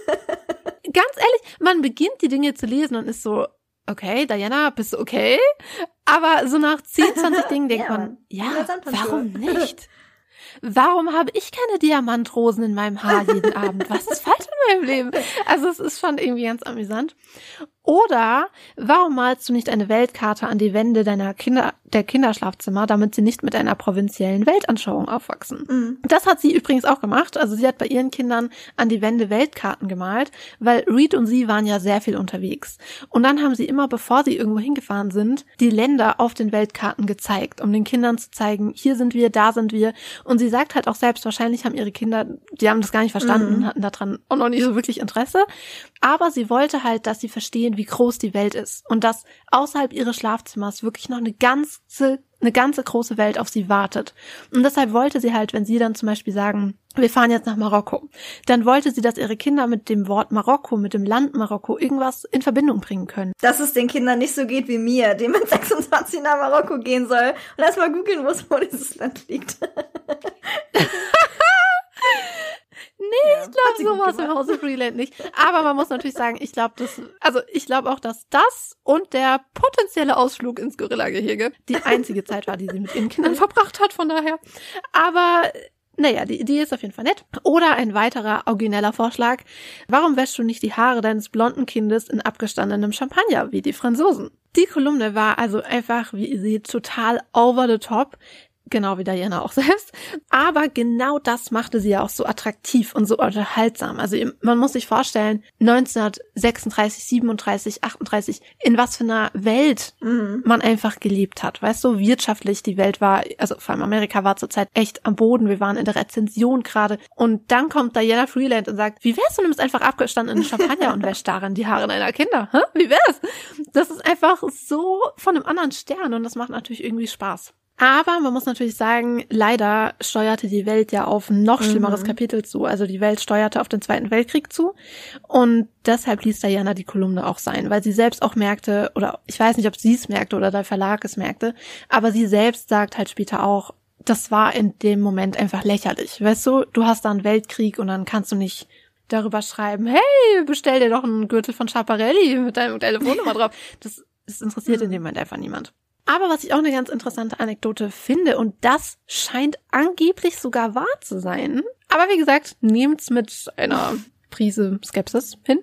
Ganz ehrlich, man beginnt die Dinge zu lesen und ist so, okay, Diana, bist du okay? Aber so nach zehn, zwanzig Dingen denkt ja, man, ja, warum nicht? Warum habe ich keine Diamantrosen in meinem Haar jeden Abend? Was ist falsch in meinem Leben? Also es ist schon irgendwie ganz amüsant. Oder warum malst du nicht eine Weltkarte an die Wände deiner Kinder, der Kinderschlafzimmer, damit sie nicht mit einer provinziellen Weltanschauung aufwachsen? Mhm. Das hat sie übrigens auch gemacht. Also sie hat bei ihren Kindern an die Wände Weltkarten gemalt, weil Reed und sie waren ja sehr viel unterwegs. Und dann haben sie immer, bevor sie irgendwo hingefahren sind, die Länder auf den Weltkarten gezeigt, um den Kindern zu zeigen, hier sind wir, da sind wir. Und sie sagt halt auch selbst, wahrscheinlich haben ihre Kinder, die haben das gar nicht verstanden, mhm. hatten daran auch noch nicht so wirklich Interesse. Aber sie wollte halt, dass sie verstehen, sehen, wie groß die Welt ist und dass außerhalb ihres Schlafzimmers wirklich noch eine ganze, eine ganze große Welt auf sie wartet. Und deshalb wollte sie halt, wenn sie dann zum Beispiel sagen, wir fahren jetzt nach Marokko, dann wollte sie, dass ihre Kinder mit dem Wort Marokko, mit dem Land Marokko irgendwas in Verbindung bringen können. Dass es den Kindern nicht so geht wie mir, die mit sechsundzwanzig nach Marokko gehen soll und erst mal googeln muss, wo dieses Land liegt. Nee, ja, ich glaube sowas im Hause Freeland nicht. Aber man muss natürlich sagen, ich glaube, das, also ich glaube auch, dass das und der potenzielle Ausflug ins Gorilla-Gehege die einzige Zeit war, die sie mit ihren Kindern verbracht hat, von daher. Aber naja, die Idee ist auf jeden Fall nett. Oder ein weiterer origineller Vorschlag. Warum wäschst du nicht die Haare deines blonden Kindes in abgestandenem Champagner, wie die Franzosen? Die Kolumne war also einfach, wie ihr seht, total over the top. Genau wie Diana auch selbst. Aber genau das machte sie ja auch so attraktiv und so unterhaltsam. Also man muss sich vorstellen, neunzehnhundertsechsunddreißig, siebenunddreißig, achtunddreißig, in was für einer Welt mhm. man einfach gelebt hat. Weißt du, wirtschaftlich, die Welt war, also vor allem Amerika war zurzeit echt am Boden. Wir waren in der Rezension gerade. Und dann kommt Diana Freeland und sagt, wie wär's, du nimmst einfach abgestandenen Champagner und wäschst darin die Haare deiner Kinder? Hä? Wie wär's? Das ist einfach so von einem anderen Stern und das macht natürlich irgendwie Spaß. Aber man muss natürlich sagen, leider steuerte die Welt ja auf ein noch schlimmeres mhm. Kapitel zu. Also die Welt steuerte auf den Zweiten Weltkrieg zu. Und deshalb ließ Diana die Kolumne auch sein, weil sie selbst auch merkte, oder ich weiß nicht, ob sie es merkte oder der Verlag es merkte, aber sie selbst sagt halt später auch, das war in dem Moment einfach lächerlich. Weißt du, du hast da einen Weltkrieg und dann kannst du nicht darüber schreiben, hey, bestell dir doch einen Gürtel von Schiaparelli mit deinem Telefonnummer drauf. Das, das interessiert mhm. in dem Moment einfach niemand. Aber was ich auch eine ganz interessante Anekdote finde, und das scheint angeblich sogar wahr zu sein, aber wie gesagt, nehmt's mit einer Prise Skepsis hin,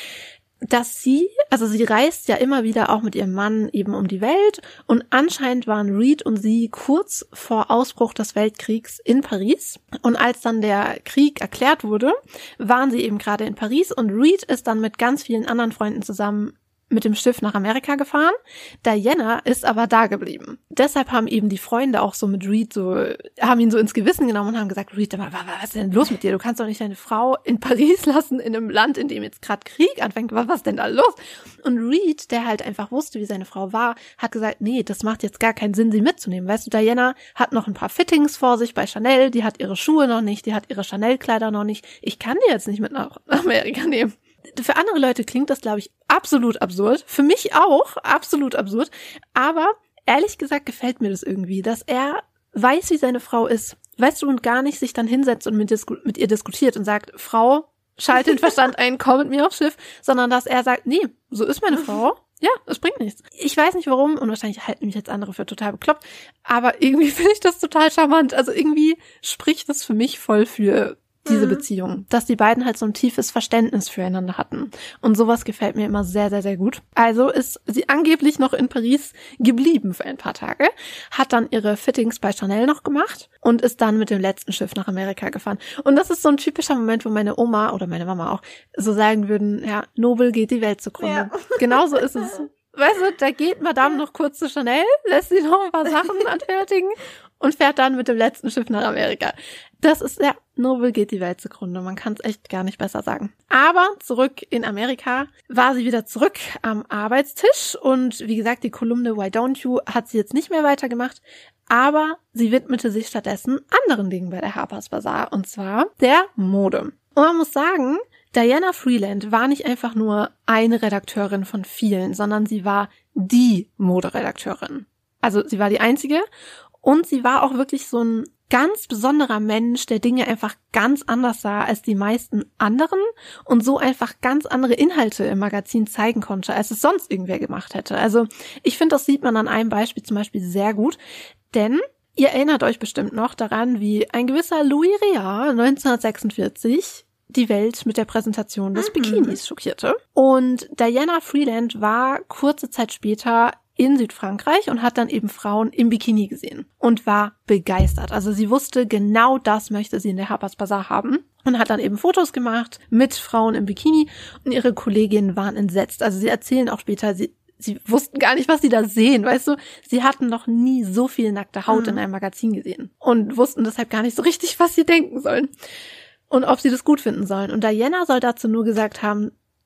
dass sie, also sie reist ja immer wieder auch mit ihrem Mann eben um die Welt und anscheinend waren Reed und sie kurz vor Ausbruch des Weltkriegs in Paris und als dann der Krieg erklärt wurde, waren sie eben gerade in Paris und Reed ist dann mit ganz vielen anderen Freunden zusammen mit dem Schiff nach Amerika gefahren. Diana ist aber da geblieben. Deshalb haben eben die Freunde auch so mit Reed so, haben ihn so ins Gewissen genommen und haben gesagt, Reed, aber was ist denn los mit dir? Du kannst doch nicht deine Frau in Paris lassen, in einem Land, in dem jetzt gerade Krieg anfängt. Was ist denn da los? Und Reed, der halt einfach wusste, wie seine Frau war, hat gesagt, nee, das macht jetzt gar keinen Sinn, sie mitzunehmen. Weißt du, Diana hat noch ein paar Fittings vor sich bei Chanel, die hat ihre Schuhe noch nicht, die hat ihre Chanel-Kleider noch nicht. Ich kann die jetzt nicht mit nach Amerika nehmen. Für andere Leute klingt das, glaube ich, absolut absurd. Für mich auch absolut absurd. Aber ehrlich gesagt gefällt mir das irgendwie, dass er weiß, wie seine Frau ist. Weißt du, und gar nicht sich dann hinsetzt und mit, disku- mit ihr diskutiert und sagt, Frau, schalte den Verstand ein, komm mit mir aufs Schiff. Sondern dass er sagt, nee, so ist meine Frau. Ja, das bringt nichts. Ich weiß nicht warum und wahrscheinlich halten mich jetzt andere für total bekloppt. Aber irgendwie finde ich das total charmant. Also irgendwie spricht das für mich voll für diese mhm. Beziehung, dass die beiden halt so ein tiefes Verständnis füreinander hatten. Und sowas gefällt mir immer sehr, sehr, sehr gut. Also ist sie angeblich noch in Paris geblieben für ein paar Tage, hat dann ihre Fittings bei Chanel noch gemacht und ist dann mit dem letzten Schiff nach Amerika gefahren. Und das ist so ein typischer Moment, wo meine Oma oder meine Mama auch so sagen würden, ja, nobel geht die Welt zugrunde. Ja. Genauso ist es. Weißt du, da geht Madame noch kurz zu Chanel, lässt sie noch ein paar Sachen anfertigen und fährt dann mit dem letzten Schiff nach Amerika. Das ist, ja, nobel geht die Welt zugrunde. Man kann es echt gar nicht besser sagen. Aber zurück in Amerika war sie wieder zurück am Arbeitstisch. Und wie gesagt, die Kolumne Why Don't You hat sie jetzt nicht mehr weitergemacht. Aber sie widmete sich stattdessen anderen Dingen bei der Harper's Bazaar. Und zwar der Mode. Und man muss sagen, Diana Freeland war nicht einfach nur eine Redakteurin von vielen, sondern sie war die Moderedakteurin. Also sie war die einzige. Und sie war auch wirklich so ein ganz besonderer Mensch, der Dinge einfach ganz anders sah als die meisten anderen und so einfach ganz andere Inhalte im Magazin zeigen konnte, als es sonst irgendwer gemacht hätte. Also ich finde, das sieht man an einem Beispiel zum Beispiel sehr gut, denn ihr erinnert euch bestimmt noch daran, wie ein gewisser Louis Réard neunzehnhundertsechsundvierzig die Welt mit der Präsentation des Bikinis schockierte. Und Diana Freeland war kurze Zeit später in Südfrankreich und hat dann eben Frauen im Bikini gesehen und war begeistert. Also sie wusste, genau das möchte sie in der Harper's Bazaar haben und hat dann eben Fotos gemacht mit Frauen im Bikini und ihre Kolleginnen waren entsetzt. Also sie erzählen auch später, sie sie wussten gar nicht, was sie da sehen, weißt du? Sie hatten noch nie so viel nackte Haut mhm. in einem Magazin gesehen und wussten deshalb gar nicht so richtig, was sie denken sollen und ob sie das gut finden sollen. Und Diana soll dazu nur gesagt haben,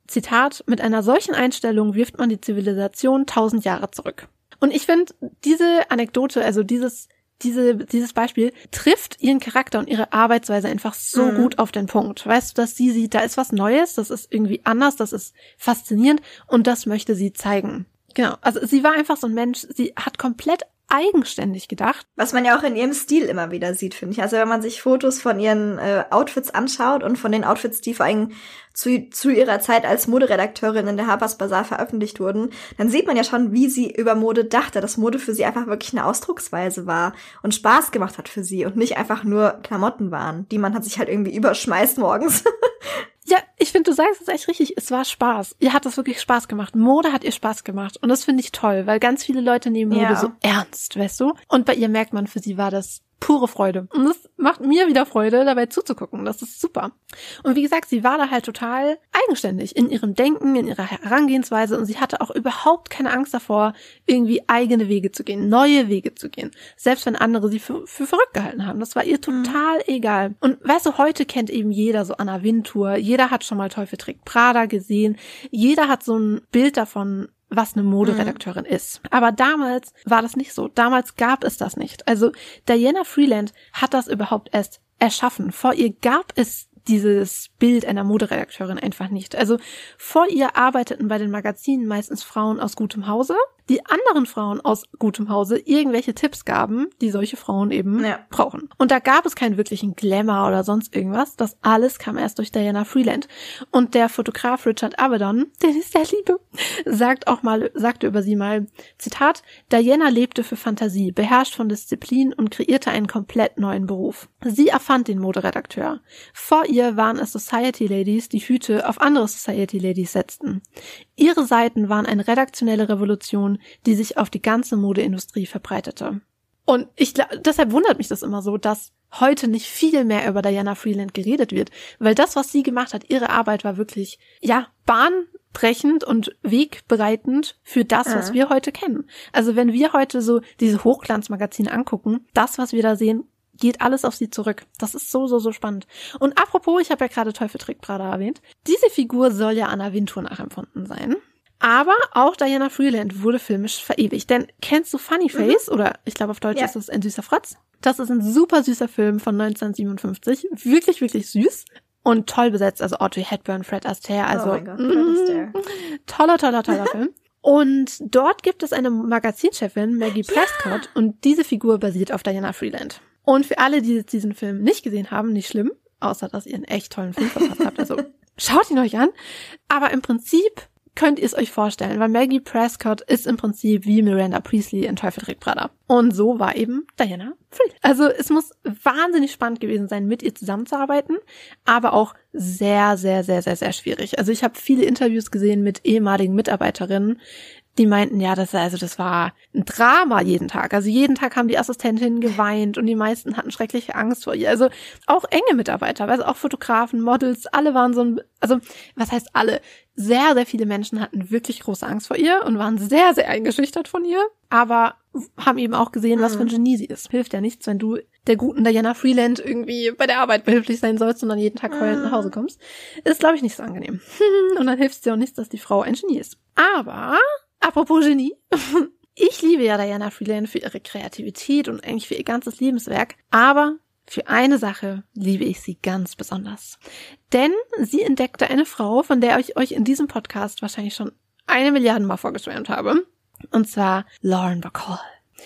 Zitat, mit einer solchen Einstellung wirft man die Zivilisation tausend Jahre zurück. Und ich finde, diese Anekdote, also dieses Diese, dieses Beispiel trifft ihren Charakter und ihre Arbeitsweise einfach so mhm. gut auf den Punkt. Weißt du, dass sie sieht, da ist was Neues, das ist irgendwie anders, das ist faszinierend und das möchte sie zeigen. Genau, also sie war einfach so ein Mensch, sie hat komplett eigenständig gedacht. Was man ja auch in ihrem Stil immer wieder sieht, finde ich. Also wenn man sich Fotos von ihren äh, Outfits anschaut und von den Outfits, die vor allem zu, zu ihrer Zeit als Moderedakteurin in der Harper's Bazaar veröffentlicht wurden, dann sieht man ja schon, wie sie über Mode dachte, dass Mode für sie einfach wirklich eine Ausdrucksweise war und Spaß gemacht hat für sie und nicht einfach nur Klamotten waren, die man hat sich halt irgendwie überschmeißt morgens. Ja, ich finde, du sagst es echt richtig, es war Spaß. Ihr hat das wirklich Spaß gemacht. Mode hat ihr Spaß gemacht. Und das finde ich toll, weil ganz viele Leute nehmen Mode ja. so ernst, weißt du? Und bei ihr merkt man, für sie war das pure Freude. Und das macht mir wieder Freude, dabei zuzugucken. Das ist super. Und wie gesagt, sie war da halt total eigenständig in ihrem Denken, in ihrer Herangehensweise und sie hatte auch überhaupt keine Angst davor, irgendwie eigene Wege zu gehen, neue Wege zu gehen. Selbst wenn andere sie für, für verrückt gehalten haben. Das war ihr total mhm. egal. Und weißt du, heute kennt eben jeder so Anna Wintour. Jeder hat schon mal Teufel trägt Prada gesehen. Jeder hat so ein Bild davon, was eine Moderedakteurin mhm. ist. Aber damals war das nicht so. Damals gab es das nicht. Also Diana Vreeland hat das überhaupt erst erschaffen. Vor ihr gab es dieses Bild einer Moderedakteurin einfach nicht. Also vor ihr arbeiteten bei den Magazinen meistens Frauen aus gutem Hause, die anderen Frauen aus gutem Hause irgendwelche Tipps gaben, die solche Frauen eben ja. brauchen. Und da gab es keinen wirklichen Glamour oder sonst irgendwas. Das alles kam erst durch Diana Vreeland. Und der Fotograf Richard Avedon, den ich sehr liebe, sagt auch mal, sagte über sie mal, Zitat, Diana lebte für Fantasie, beherrscht von Disziplin und kreierte einen komplett neuen Beruf. Sie erfand den Moderedakteur. Vor ihr waren es Society Ladies, die Hüte auf andere Society Ladies setzten. Ihre Seiten waren eine redaktionelle Revolution, die sich auf die ganze Modeindustrie verbreitete. Und ich deshalb wundert mich das immer so, dass heute nicht viel mehr über Diana Vreeland geredet wird, weil das, was sie gemacht hat, ihre Arbeit war wirklich, ja, bahnbrechend und wegbereitend für das, ja. was wir heute kennen. Also wenn wir heute so diese Hochglanzmagazine angucken, das, was wir da sehen, geht alles auf sie zurück. Das ist so, so, so spannend. Und apropos, ich habe ja gerade Teufel trägt Prada erwähnt. Diese Figur soll ja Anna Wintour nachempfunden sein. Aber auch Diana Vreeland wurde filmisch verewigt. Denn kennst du Funny Face? Mhm. Oder ich glaube auf Deutsch ja. ist es Ein süßer Fratz. Das ist ein super süßer Film von neunzehnhundertsiebenundfünfzig. Wirklich, wirklich süß. Und toll besetzt. Also Audrey Hepburn, Fred Astaire. Also, oh mein Gott, Fred Astaire. Toller, toller, toller Film. Und dort gibt es eine Magazinchefin, Maggie Prescott. Ja. Und diese Figur basiert auf Diana Vreeland. Und für alle, die diesen Film nicht gesehen haben, nicht schlimm, außer dass ihr einen echt tollen Film verpasst habt. Also schaut ihn euch an. Aber im Prinzip könnt ihr es euch vorstellen, weil Maggie Prescott ist im Prinzip wie Miranda Priestley in Teufel trägt Prada. Und so war eben Diana Vreeland. Also es muss wahnsinnig spannend gewesen sein, mit ihr zusammenzuarbeiten, aber auch sehr, sehr, sehr, sehr, sehr schwierig. Also ich habe viele Interviews gesehen mit ehemaligen Mitarbeiterinnen, die meinten, ja, das, also das war ein Drama jeden Tag. Also jeden Tag haben die Assistentinnen geweint und die meisten hatten schreckliche Angst vor ihr. Also auch enge Mitarbeiter, also auch Fotografen, Models, alle waren so ein, also was heißt alle? Sehr, sehr viele Menschen hatten wirklich große Angst vor ihr und waren sehr, sehr eingeschüchtert von ihr, aber haben eben auch gesehen, was für ein Genie sie ist. Hilft ja nichts, wenn du der guten Diana Vreeland irgendwie bei der Arbeit behilflich sein sollst und dann jeden Tag heulend nach Hause kommst. Ist, glaube ich, nicht so angenehm. Und dann hilft es dir auch nichts, dass die Frau ein Genie ist. Aber apropos Genie, ich liebe ja Diana Vreeland für ihre Kreativität und eigentlich für ihr ganzes Lebenswerk, aber für eine Sache liebe ich sie ganz besonders. Denn sie entdeckte eine Frau, von der ich euch in diesem Podcast wahrscheinlich schon eine Milliarde Mal vorgeschwärmt habe, und zwar Lauren Bacall.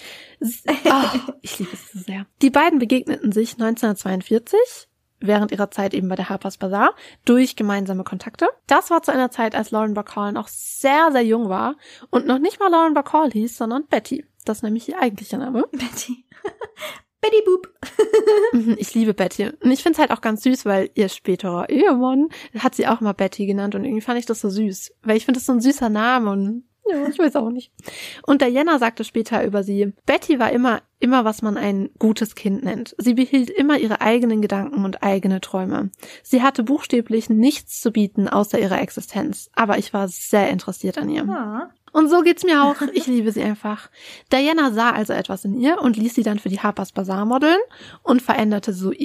Oh, ich liebe sie so sehr. Die beiden begegneten sich neunzehnhundertzweiundvierzig, während ihrer Zeit eben bei der Harper's Bazaar, durch gemeinsame Kontakte. Das war zu einer Zeit, als Lauren Bacall noch sehr, sehr jung war und noch nicht mal Lauren Bacall hieß, sondern Betty. Das ist nämlich ihr eigentlicher Name. Betty. Betty Boop. Ich liebe Betty. Und ich finde es halt auch ganz süß, weil ihr späterer Ehemann hat sie auch mal Betty genannt und irgendwie fand ich das so süß. Weil ich finde das so ein süßer Name und ja, ich weiß auch nicht. Und Diana sagte später über sie, Betty war immer, immer was man ein gutes Kind nennt. Sie behielt immer ihre eigenen Gedanken und eigene Träume. Sie hatte buchstäblich nichts zu bieten außer ihrer Existenz. Aber ich war sehr interessiert an ihr. Ja. Und so geht's mir auch. Ich liebe sie einfach. Diana sah also etwas in ihr und ließ sie dann für die Harper's Bazaar modeln und veränderte so ihr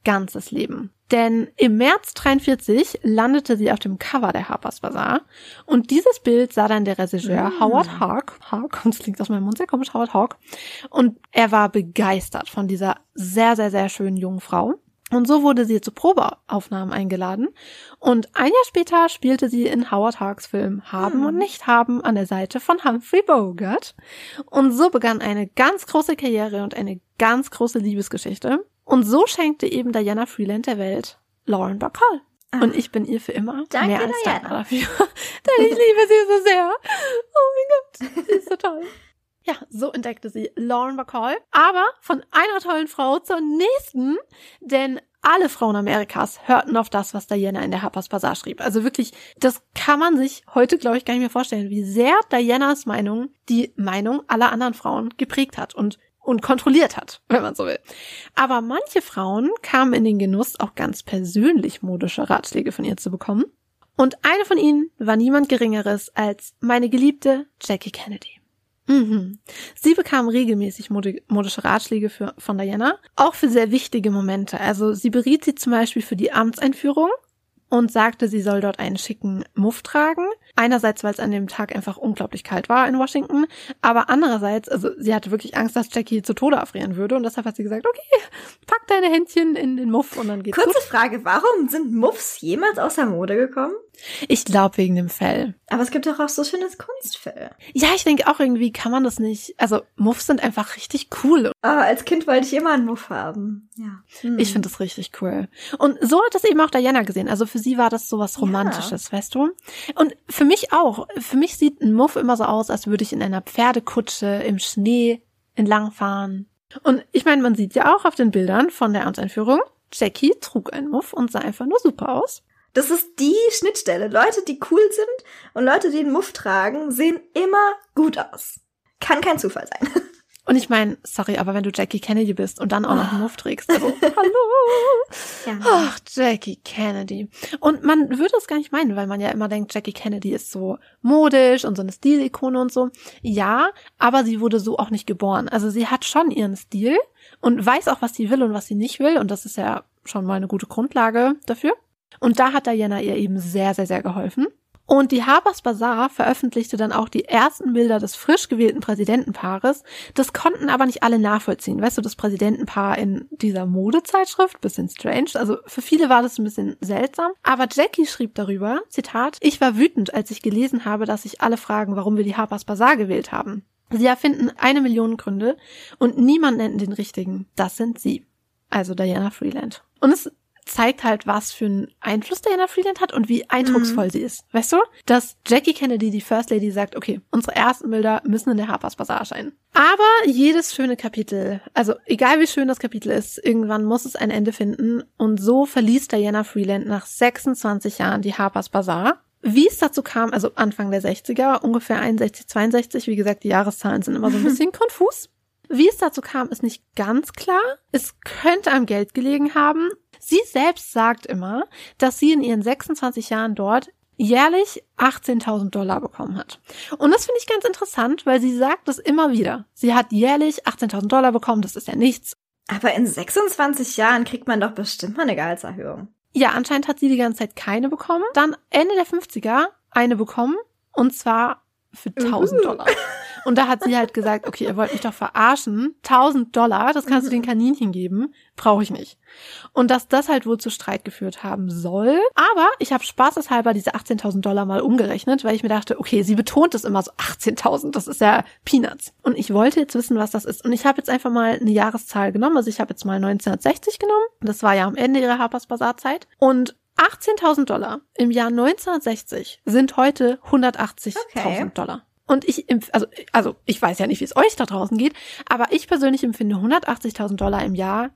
ganzes Leben. Denn im März dreiundvierzig landete sie auf dem Cover der Harper's Bazaar und dieses Bild sah dann der Regisseur mm. Howard Hawks, Hawks, das klingt aus meinem Mund sehr komisch, Howard Hawks, und er war begeistert von dieser sehr, sehr, sehr schönen jungen Frau. Und so wurde sie zu Probeaufnahmen eingeladen und ein Jahr später spielte sie in Howard Hawks' Film Haben mm. und Nicht-Haben an der Seite von Humphrey Bogart. Und so begann eine ganz große Karriere und eine ganz große Liebesgeschichte. Und so schenkte eben Diana Freeland der Welt Lauren Bacall. Ah. Und ich bin ihr für immer Danke, mehr als Diana. dankbar dafür. Denn ich liebe sie so sehr. Oh mein Gott, sie ist so toll. Ja, so entdeckte sie Lauren Bacall. Aber von einer tollen Frau zur nächsten, denn alle Frauen Amerikas hörten auf das, was Diana in der Harper's Bazaar schrieb. Also wirklich, das kann man sich heute, glaube ich, gar nicht mehr vorstellen, wie sehr Dianas Meinung die Meinung aller anderen Frauen geprägt hat und und kontrolliert hat, wenn man so will. Aber manche Frauen kamen in den Genuss, auch ganz persönlich modische Ratschläge von ihr zu bekommen. Und eine von ihnen war niemand Geringeres als meine geliebte Jackie Kennedy. Mhm. Sie bekam regelmäßig modische Ratschläge für, von Diana, auch für sehr wichtige Momente. Also sie beriet sie zum Beispiel für die Amtseinführung und sagte, sie soll dort einen schicken Muff tragen. Einerseits, weil es an dem Tag einfach unglaublich kalt war in Washington, aber andererseits, also sie hatte wirklich Angst, dass Jackie zu Tode erfrieren würde und deshalb hat sie gesagt, okay, pack deine Händchen in den Muff und dann geht's Kurze gut. Frage, warum sind Muffs jemals aus der Mode gekommen? Ich glaube wegen dem Fell. Aber es gibt doch auch so schönes Kunstfell. Ja, ich denke auch irgendwie kann man das nicht, also Muffs sind einfach richtig cool. Aber als Kind wollte ich immer einen Muff haben. Ja. Hm. Ich finde das richtig cool. Und so hat das eben auch Diana gesehen. Also für sie war das so was Romantisches, ja. Weißt du? Und für mich auch. Für mich sieht ein Muff immer so aus, als würde ich in einer Pferdekutsche im Schnee entlangfahren. Und ich meine, man sieht ja auch auf den Bildern von der Amtseinführung, Jackie trug einen Muff und sah einfach nur super aus. Das ist die Schnittstelle. Leute, die cool sind und Leute, die einen Muff tragen, sehen immer gut aus. Kann kein Zufall sein. Und ich meine, sorry, aber wenn du Jackie Kennedy bist und dann auch noch einen Muff trägst, also, hallo. Ja. Ach, Jackie Kennedy. Und man würde es gar nicht meinen, weil man ja immer denkt, Jackie Kennedy ist so modisch und so eine Stilikone und so. Ja, aber sie wurde so auch nicht geboren. Also sie hat schon ihren Stil und weiß auch, was sie will und was sie nicht will. Und das ist ja schon mal eine gute Grundlage dafür. Und da hat Diana ihr eben sehr, sehr, sehr geholfen. Und die Harper's Bazaar veröffentlichte dann auch die ersten Bilder des frisch gewählten Präsidentenpaares. Das konnten aber nicht alle nachvollziehen. Weißt du, das Präsidentenpaar in dieser Modezeitschrift, bisschen strange. Also für viele war das ein bisschen seltsam. Aber Jackie schrieb darüber, Zitat, ich war wütend, als ich gelesen habe, dass sich alle fragen, warum wir die Harper's Bazaar gewählt haben. Sie erfinden eine Million Gründe und niemand nennt den richtigen. Das sind sie. Also Diana Freeland. Und es zeigt halt, was für einen Einfluss Diana Freeland hat und wie eindrucksvoll mhm. sie ist. Weißt du? Dass Jackie Kennedy, die First Lady, sagt, okay, unsere ersten Bilder müssen in der Harper's Bazaar erscheinen. Aber jedes schöne Kapitel, also egal wie schön das Kapitel ist, irgendwann muss es ein Ende finden. Und so verließ Diana Freeland nach sechsundzwanzig Jahren die Harper's Bazaar. Wie es dazu kam, also Anfang der sechziger, ungefähr einundsechzig, zweiundsechzig, wie gesagt, die Jahreszahlen sind immer so ein bisschen konfus. Wie es dazu kam, ist nicht ganz klar. Es könnte am Geld gelegen haben. Sie selbst sagt immer, dass sie in ihren sechsundzwanzig Jahren dort jährlich achtzehntausend Dollar bekommen hat. Und das finde ich ganz interessant, weil sie sagt das immer wieder. Sie hat jährlich achtzehntausend Dollar bekommen, das ist ja nichts. Aber in sechsundzwanzig Jahren kriegt man doch bestimmt mal eine Gehaltserhöhung. Ja, anscheinend hat sie die ganze Zeit keine bekommen. Dann Ende der fünfziger eine bekommen und zwar für tausend Dollar. Und da hat sie halt gesagt, okay, ihr wollt mich doch verarschen. tausend Dollar, das kannst du den Kaninchen geben. Brauche ich nicht. Und dass das halt wohl zu Streit geführt haben soll. Aber ich habe spaßeshalber diese achtzehntausend Dollar mal umgerechnet, weil ich mir dachte, okay, sie betont es immer so achtzehntausend. Das ist ja Peanuts. Und ich wollte jetzt wissen, was das ist. Und ich habe jetzt einfach mal eine Jahreszahl genommen. Also ich habe jetzt mal neunzehnhundertsechzig genommen. Das war ja am Ende ihrer Harper's Bazaar Zeit. Und achtzehntausend Dollar im Jahr neunzehnhundertsechzig sind heute hundertachtzigtausend okay. Dollar. Und ich, also, also ich weiß ja nicht, wie es euch da draußen geht, aber ich persönlich empfinde hundertachtzigtausend Dollar im Jahr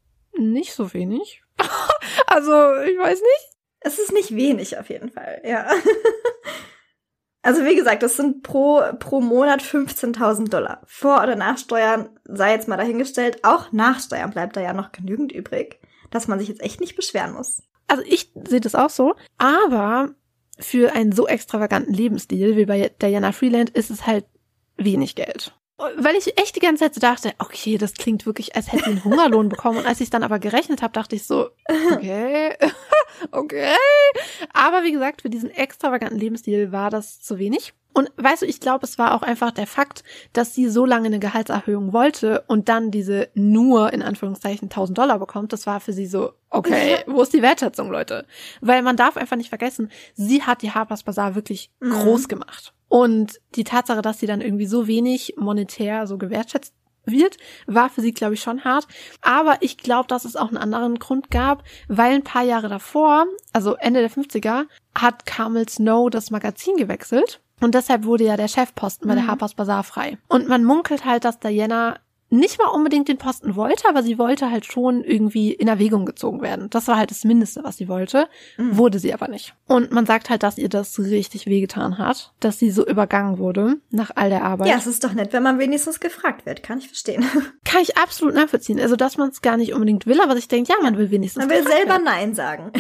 nicht so wenig. Also, ich weiß nicht. Es ist nicht wenig auf jeden Fall, ja. Also wie gesagt, das sind pro, pro Monat fünfzehntausend Dollar. Vor- oder nach Steuern sei jetzt mal dahingestellt. Auch nach Steuern bleibt da ja noch genügend übrig, dass man sich jetzt echt nicht beschweren muss. Also ich sehe das auch so, aber für einen so extravaganten Lebensstil wie bei Diana Freeland ist es halt wenig Geld. Weil ich echt die ganze Zeit so dachte, okay, das klingt wirklich, als hätte sie einen Hungerlohn bekommen. Und als ich es dann aber gerechnet habe, dachte ich so, okay, okay. Aber wie gesagt, für diesen extravaganten Lebensstil war das zu wenig. Und weißt du, ich glaube, es war auch einfach der Fakt, dass sie so lange eine Gehaltserhöhung wollte und dann diese nur, in Anführungszeichen, tausend Dollar bekommt. Das war für sie so, okay, wo ist die Wertschätzung, Leute? Weil man darf einfach nicht vergessen, sie hat die Harper's Bazaar wirklich mhm. groß gemacht. Und die Tatsache, dass sie dann irgendwie so wenig monetär so gewertschätzt wird, war für sie, glaube ich, schon hart. Aber ich glaube, dass es auch einen anderen Grund gab, weil ein paar Jahre davor, also Ende der fünfziger, hat Carmel Snow das Magazin gewechselt. Und deshalb wurde ja der Chefposten bei der Harper's Bazaar frei. Und man munkelt halt, dass Diana nicht mal unbedingt den Posten wollte, aber sie wollte halt schon irgendwie in Erwägung gezogen werden. Das war halt das Mindeste, was sie wollte. Mhm. Wurde sie aber nicht. Und man sagt halt, dass ihr das richtig wehgetan hat, dass sie so übergangen wurde nach all der Arbeit. Ja, es ist doch nett, wenn man wenigstens gefragt wird. Kann ich verstehen. Kann ich absolut nachvollziehen. Also, dass man es gar nicht unbedingt will, aber ich denke, ja, man will wenigstens Man will selber werden. Nein sagen.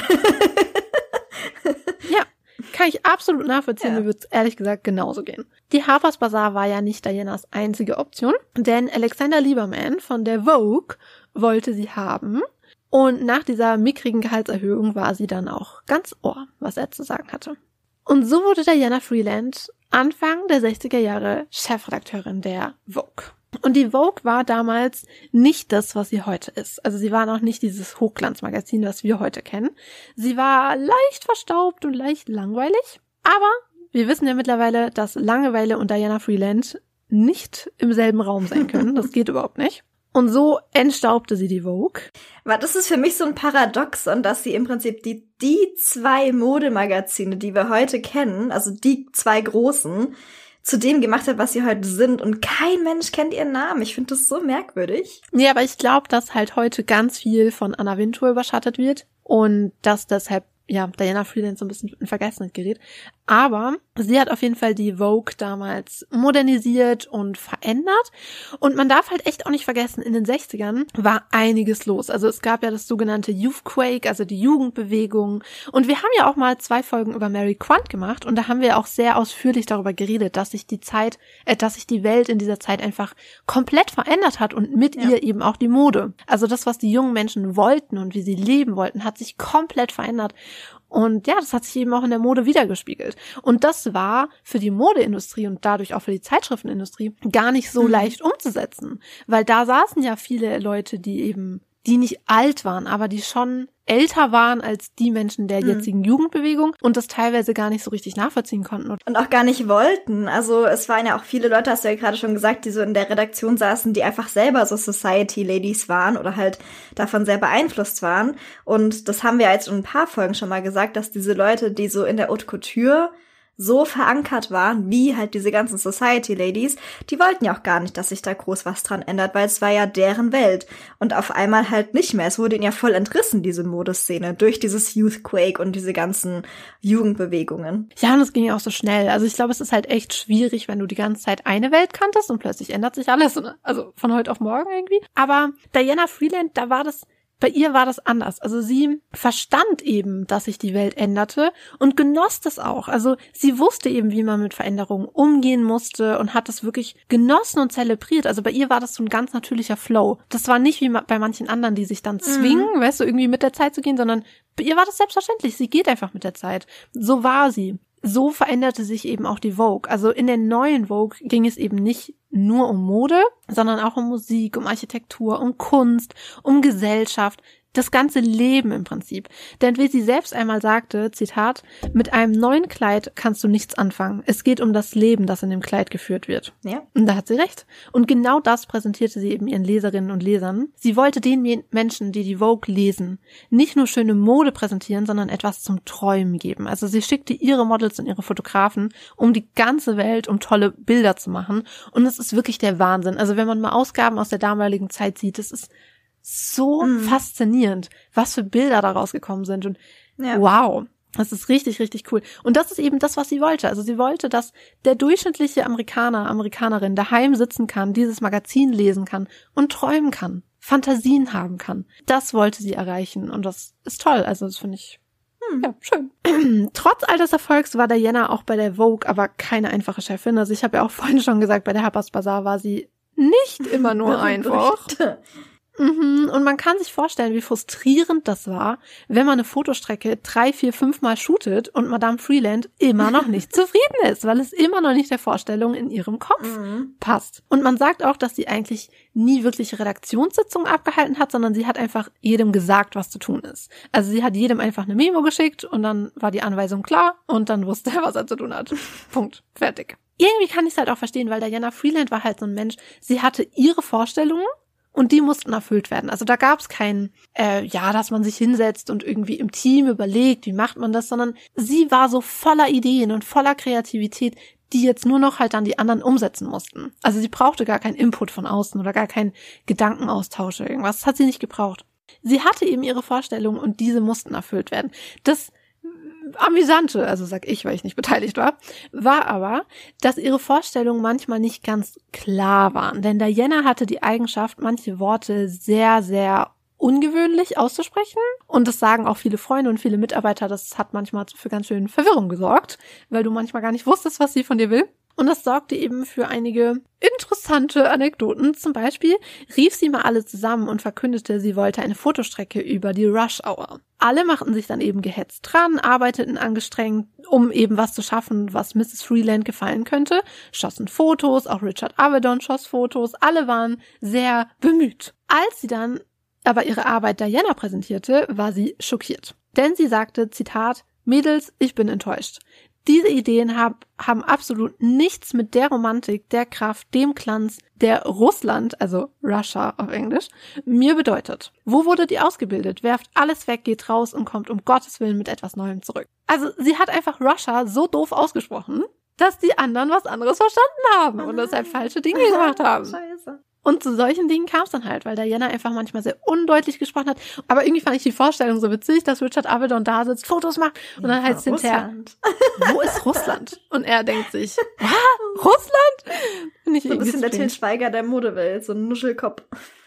Ja. Kann ich absolut nachvollziehen, ja. Mir würde es ehrlich gesagt genauso gehen. Die Harper's Bazaar war ja nicht Dianas einzige Option, denn Alexander Lieberman von der Vogue wollte sie haben. Und nach dieser mickrigen Gehaltserhöhung war sie dann auch ganz ohr, was er zu sagen hatte. Und so wurde Diana Freeland Anfang der sechziger Jahre Chefredakteurin der Vogue. Und die Vogue war damals nicht das, was sie heute ist. Also sie war noch nicht dieses Hochglanzmagazin, was wir heute kennen. Sie war leicht verstaubt und leicht langweilig. Aber wir wissen ja mittlerweile, dass Langeweile und Diana Freeland nicht im selben Raum sein können. Das geht überhaupt nicht. Und so entstaubte sie die Vogue. Aber das ist für mich so ein Paradoxon, dass sie im Prinzip die, die zwei Modemagazine, die wir heute kennen, also die zwei großen, zu dem gemacht hat, was sie heute sind. Und kein Mensch kennt ihren Namen. Ich finde das so merkwürdig. Ja, aber ich glaube, dass halt heute ganz viel von Anna Wintour überschattet wird und dass deshalb, ja, Diana Freeland so ein bisschen in Vergessenheit gerät. Aber sie hat auf jeden Fall die Vogue damals modernisiert und verändert. Und man darf halt echt auch nicht vergessen, in den sechzigern war einiges los. Also es gab ja das sogenannte Youthquake, also die Jugendbewegung. Und wir haben ja auch mal zwei Folgen über Mary Quant gemacht. Und da haben wir auch sehr ausführlich darüber geredet, dass sich die Zeit, äh, dass sich die Welt in dieser Zeit einfach komplett verändert hat und mit ja. ihr eben auch die Mode. Also das, was die jungen Menschen wollten und wie sie leben wollten, hat sich komplett verändert. Und ja, das hat sich eben auch in der Mode wiedergespiegelt. Und das war für die Modeindustrie und dadurch auch für die Zeitschriftenindustrie gar nicht so mhm. leicht umzusetzen. Weil da saßen ja viele Leute, die eben, die nicht alt waren, aber die schon älter waren als die Menschen der jetzigen mhm. Jugendbewegung und das teilweise gar nicht so richtig nachvollziehen konnten. Und auch gar nicht wollten. Also es waren ja auch viele Leute, hast du ja gerade schon gesagt, die so in der Redaktion saßen, die einfach selber so Society-Ladies waren oder halt davon sehr beeinflusst waren. Und das haben wir jetzt in ein paar Folgen schon mal gesagt, dass diese Leute, die so in der Haute Couture so verankert waren, wie halt diese ganzen Society-Ladies, die wollten ja auch gar nicht, dass sich da groß was dran ändert, weil es war ja deren Welt. Und auf einmal halt nicht mehr. Es wurde ihnen ja voll entrissen, diese Modeszene, durch dieses Youthquake und diese ganzen Jugendbewegungen. Ja, und es ging ja auch so schnell. Also ich glaube, es ist halt echt schwierig, wenn du die ganze Zeit eine Welt kanntest und plötzlich ändert sich alles. Also von heute auf morgen irgendwie. Aber Diana Freeland, da war das... Bei ihr war das anders. Also sie verstand eben, dass sich die Welt änderte und genoss das auch. Also sie wusste eben, wie man mit Veränderungen umgehen musste und hat das wirklich genossen und zelebriert. Also bei ihr war das so ein ganz natürlicher Flow. Das war nicht wie bei manchen anderen, die sich dann zwingen, mhm. weißt du, irgendwie mit der Zeit zu gehen, sondern bei ihr war das selbstverständlich. Sie geht einfach mit der Zeit. So war sie. So veränderte sich eben auch die Vogue. Also in der neuen Vogue ging es eben nicht nur um Mode, sondern auch um Musik, um Architektur, um Kunst, um Gesellschaft, das ganze Leben im Prinzip. Denn wie sie selbst einmal sagte, Zitat, mit einem neuen Kleid kannst du nichts anfangen. Es geht um das Leben, das in dem Kleid geführt wird. Ja. Und da hat sie recht. Und genau das präsentierte sie eben ihren Leserinnen und Lesern. Sie wollte den Menschen, die die Vogue lesen, nicht nur schöne Mode präsentieren, sondern etwas zum Träumen geben. Also sie schickte ihre Models und ihre Fotografen um die ganze Welt, um tolle Bilder zu machen. Und es ist wirklich der Wahnsinn. Also wenn man mal Ausgaben aus der damaligen Zeit sieht, es ist so mm. faszinierend, was für Bilder da rausgekommen sind. Und ja. wow, das ist richtig, richtig cool. Und das ist eben das, was sie wollte. Also sie wollte, dass der durchschnittliche Amerikaner, Amerikanerin daheim sitzen kann, dieses Magazin lesen kann und träumen kann, Fantasien haben kann. Das wollte sie erreichen und das ist toll. Also das finde ich Hm. Ja, schön. Trotz all des Erfolgs war Diana auch bei der Vogue aber keine einfache Chefin. Also ich habe ja auch vorhin schon gesagt, bei der Harper's Bazaar war sie nicht immer nur einfach. Mhm. Und man kann sich vorstellen, wie frustrierend das war, wenn man eine Fotostrecke drei, vier, fünf Mal shootet und Madame Freeland immer noch nicht zufrieden ist, weil es immer noch nicht der Vorstellung in ihrem Kopf mhm. passt. Und man sagt auch, dass sie eigentlich nie wirklich Redaktionssitzungen abgehalten hat, sondern sie hat einfach jedem gesagt, was zu tun ist. Also sie hat jedem einfach eine Memo geschickt und dann war die Anweisung klar und dann wusste er, was er zu tun hat. Punkt. Fertig. Irgendwie kann ich es halt auch verstehen, weil Diana Freeland war halt so ein Mensch, sie hatte ihre Vorstellungen und die mussten erfüllt werden. Also da gab es kein, äh, ja, dass man sich hinsetzt und irgendwie im Team überlegt, wie macht man das, sondern sie war so voller Ideen und voller Kreativität, die jetzt nur noch halt dann die anderen umsetzen mussten. Also sie brauchte gar keinen Input von außen oder gar keinen Gedankenaustausch oder irgendwas. Das hat sie nicht gebraucht. Sie hatte eben ihre Vorstellungen und diese mussten erfüllt werden. Das Amüsante, also sag ich, weil ich nicht beteiligt war, war aber, dass ihre Vorstellungen manchmal nicht ganz klar waren. Denn Diana hatte die Eigenschaft, manche Worte sehr, sehr ungewöhnlich auszusprechen. Und das sagen auch viele Freunde und viele Mitarbeiter. Das hat manchmal für ganz schön Verwirrung gesorgt, weil du manchmal gar nicht wusstest, was sie von dir will. Und das sorgte eben für einige interessante Anekdoten. Zum Beispiel rief sie mal alle zusammen und verkündete, sie wollte eine Fotostrecke über die Rush Hour. Alle machten sich dann eben gehetzt dran, arbeiteten angestrengt, um eben was zu schaffen, was Misses Freeland gefallen könnte, schossen Fotos, auch Richard Avedon schoss Fotos, alle waren sehr bemüht. Als sie dann aber ihre Arbeit Diana präsentierte, war sie schockiert. Denn sie sagte, Zitat, Mädels, ich bin enttäuscht. Diese Ideen hab, haben absolut nichts mit der Romantik, der Kraft, dem Glanz, der Russland, also Russia auf Englisch, mir bedeutet. Wo wurde die ausgebildet? Werft alles weg, geht raus und kommt um Gottes Willen mit etwas Neuem zurück. Also sie hat einfach Russia so doof ausgesprochen, dass die anderen was anderes verstanden haben und deshalb falsche Dinge gemacht haben. Scheiße. Und zu solchen Dingen kam es dann halt, weil Diana einfach manchmal sehr undeutlich gesprochen hat. Aber irgendwie fand ich die Vorstellung so witzig, dass Richard Avedon da sitzt, Fotos macht und dann heißt es hinterher, wo ist Russland? Und er denkt sich, was? Russland? Finde ich so ein bisschen der Til Schweiger der Modewelt, so ein Nuschelkopf.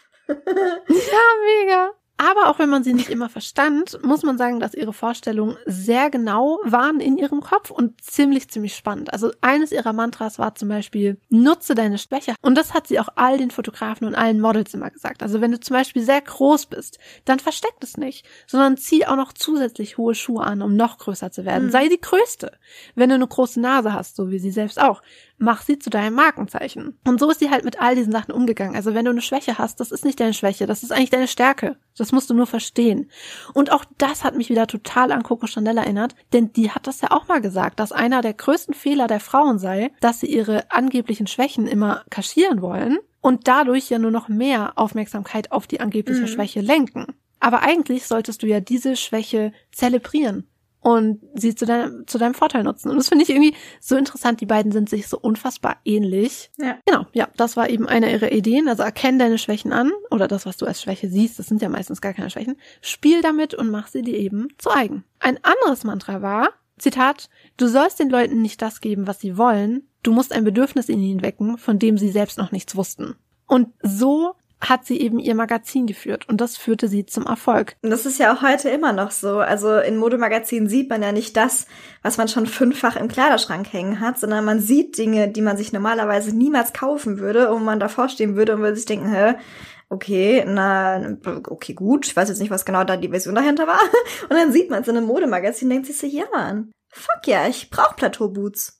Ja, mega. Aber auch wenn man sie nicht immer verstand, muss man sagen, dass ihre Vorstellungen sehr genau waren in ihrem Kopf und ziemlich, ziemlich spannend. Also eines ihrer Mantras war zum Beispiel, nutze deine Schwäche. Und das hat sie auch all den Fotografen und allen Models immer gesagt. Also wenn du zum Beispiel sehr groß bist, dann versteck es nicht, sondern zieh auch noch zusätzlich hohe Schuhe an, um noch größer zu werden. Mhm. Sei die Größte. Wenn du eine große Nase hast, so wie sie selbst auch, mach sie zu deinem Markenzeichen. Und so ist sie halt mit all diesen Sachen umgegangen. Also wenn du eine Schwäche hast, das ist nicht deine Schwäche, das ist eigentlich deine Stärke. Das musst du nur verstehen. Und auch das hat mich wieder total an Coco Chanel erinnert, denn die hat das ja auch mal gesagt, dass einer der größten Fehler der Frauen sei, dass sie ihre angeblichen Schwächen immer kaschieren wollen und dadurch ja nur noch mehr Aufmerksamkeit auf die angebliche mhm. Schwäche lenken. Aber eigentlich solltest du ja diese Schwäche zelebrieren und sie zu deinem, zu deinem Vorteil nutzen. Und das finde ich irgendwie so interessant. Die beiden sind sich so unfassbar ähnlich. Ja. Genau, ja, das war eben eine ihrer Ideen. Also erkenn deine Schwächen an oder das, was du als Schwäche siehst, das sind ja meistens gar keine Schwächen. Spiel damit und mach sie dir eben zu eigen. Ein anderes Mantra war, Zitat, du sollst den Leuten nicht das geben, was sie wollen. Du musst ein Bedürfnis in ihnen wecken, von dem sie selbst noch nichts wussten. Und so hat sie eben ihr Magazin geführt und das führte sie zum Erfolg. Und das ist ja auch heute immer noch so. Also in Modemagazinen sieht man ja nicht das, was man schon fünffach im Kleiderschrank hängen hat, sondern man sieht Dinge, die man sich normalerweise niemals kaufen würde und man davor stehen würde und würde sich denken, hä, okay, na, okay, gut, ich weiß jetzt nicht, was genau da die Version dahinter war. Und dann sieht man es in einem Modemagazin und denkt sich so, ja Mann, fuck ja, ich brauch Plateauboots.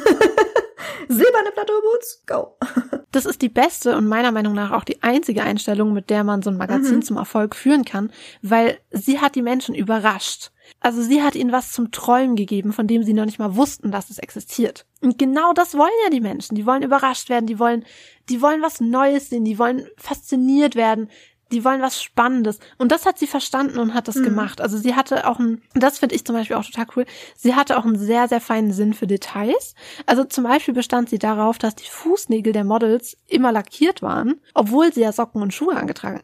Silberne Plateauboots, go. Das ist die beste und meiner Meinung nach auch die einzige Einstellung, mit der man so ein Magazin mhm. zum Erfolg führen kann, weil sie hat die Menschen überrascht. Also sie hat ihnen was zum Träumen gegeben, von dem sie noch nicht mal wussten, dass es existiert. Und genau das wollen ja die Menschen. Die wollen überrascht werden, die wollen, die wollen was Neues sehen, die wollen fasziniert werden. Die wollen was Spannendes. Und das hat sie verstanden und hat das mhm. gemacht. Also sie hatte auch ein, das finde ich zum Beispiel auch total cool, sie hatte auch einen sehr, sehr feinen Sinn für Details. Also zum Beispiel bestand sie darauf, dass die Fußnägel der Models immer lackiert waren, obwohl sie ja Socken und Schuhe angetragen, äh,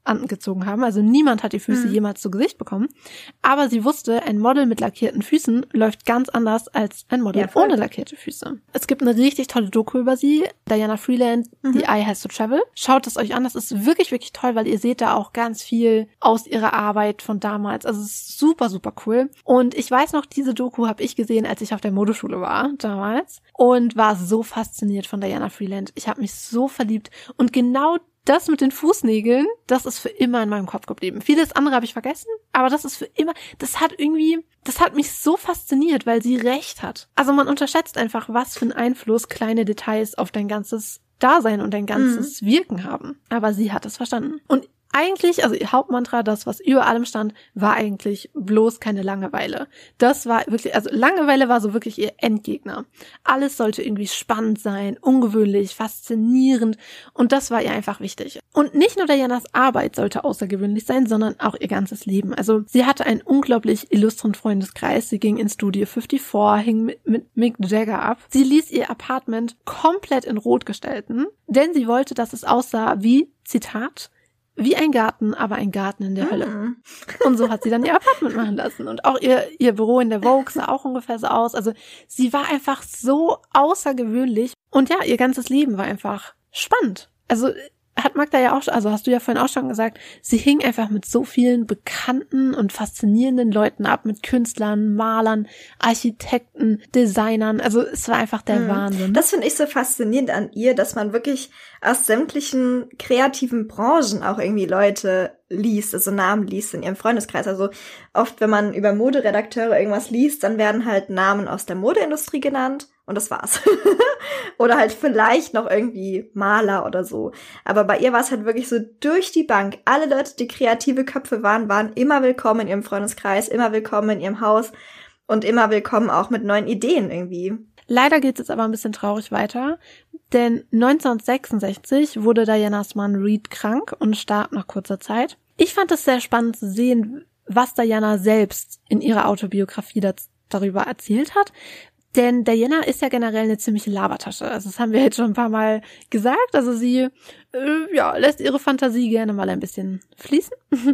angezogen haben. Also niemand hat die Füße mhm. jemals zu Gesicht bekommen. Aber sie wusste, ein Model mit lackierten Füßen läuft ganz anders als ein Model ja, ohne lackierte Füße. Es gibt eine richtig tolle Doku über sie, Diana Freeland, mhm. The Eye Has to Travel. Schaut es euch an, das ist wirklich, wirklich toll, weil ihr seht da auch ganz viel aus ihrer Arbeit von damals. Also es ist super, super cool. Und ich weiß noch, diese Doku habe ich gesehen, als ich auf der Modeschule war, damals. Und war so fasziniert von Diana Freeland. Ich habe mich so verliebt. Und genau das mit den Fußnägeln, das ist für immer in meinem Kopf geblieben. Vieles andere habe ich vergessen, aber das ist für immer, das hat irgendwie, das hat mich so fasziniert, weil sie recht hat. Also man unterschätzt einfach, was für einen Einfluss kleine Details auf dein ganzes Dasein und dein ganzes mhm. Wirken haben. Aber sie hat es verstanden. Und eigentlich, also ihr Hauptmantra, das, was über allem stand, war eigentlich bloß keine Langeweile. Das war wirklich, also Langeweile war so wirklich ihr Endgegner. Alles sollte irgendwie spannend sein, ungewöhnlich, faszinierend und das war ihr einfach wichtig. Und nicht nur Dianas Arbeit sollte außergewöhnlich sein, sondern auch ihr ganzes Leben. Also sie hatte einen unglaublich illustren Freundeskreis. Sie ging ins Studio vierundfünfzig, hing mit, mit Mick Jagger ab. Sie ließ ihr Apartment komplett in Rot gestalten, denn sie wollte, dass es aussah wie, Zitat, wie ein Garten, aber ein Garten in der Hölle. Mm. Und so hat sie dann ihr Apartment machen lassen. Und auch ihr ihr Büro in der Vogue sah auch ungefähr so aus. Also sie war einfach so außergewöhnlich. Und ja, ihr ganzes Leben war einfach spannend. Also hat Magda ja auch, also hast du ja vorhin auch schon gesagt, sie hing einfach mit so vielen bekannten und faszinierenden Leuten ab, mit Künstlern, Malern, Architekten, Designern, also es war einfach der mhm. Wahnsinn. Das finde ich so faszinierend an ihr, dass man wirklich aus sämtlichen kreativen Branchen auch irgendwie Leute liest, also Namen liest in ihrem Freundeskreis. Also oft, wenn man über Moderedakteure irgendwas liest, dann werden halt Namen aus der Modeindustrie genannt und das war's. Oder halt vielleicht noch irgendwie Maler oder so. Aber bei ihr war es halt wirklich so durch die Bank. Alle Leute, die kreative Köpfe waren, waren immer willkommen in ihrem Freundeskreis, immer willkommen in ihrem Haus und immer willkommen auch mit neuen Ideen irgendwie. Leider geht es jetzt aber ein bisschen traurig weiter, denn neunzehnhundertsechsundsechzig wurde Dianas Mann Reed krank und starb nach kurzer Zeit. Ich fand es sehr spannend zu sehen, was Diana selbst in ihrer Autobiografie das, darüber erzählt hat, denn Diana ist ja generell eine ziemliche Labertasche. Also das haben wir jetzt schon ein paar Mal gesagt. Also sie äh, ja lässt ihre Fantasie gerne mal ein bisschen fließen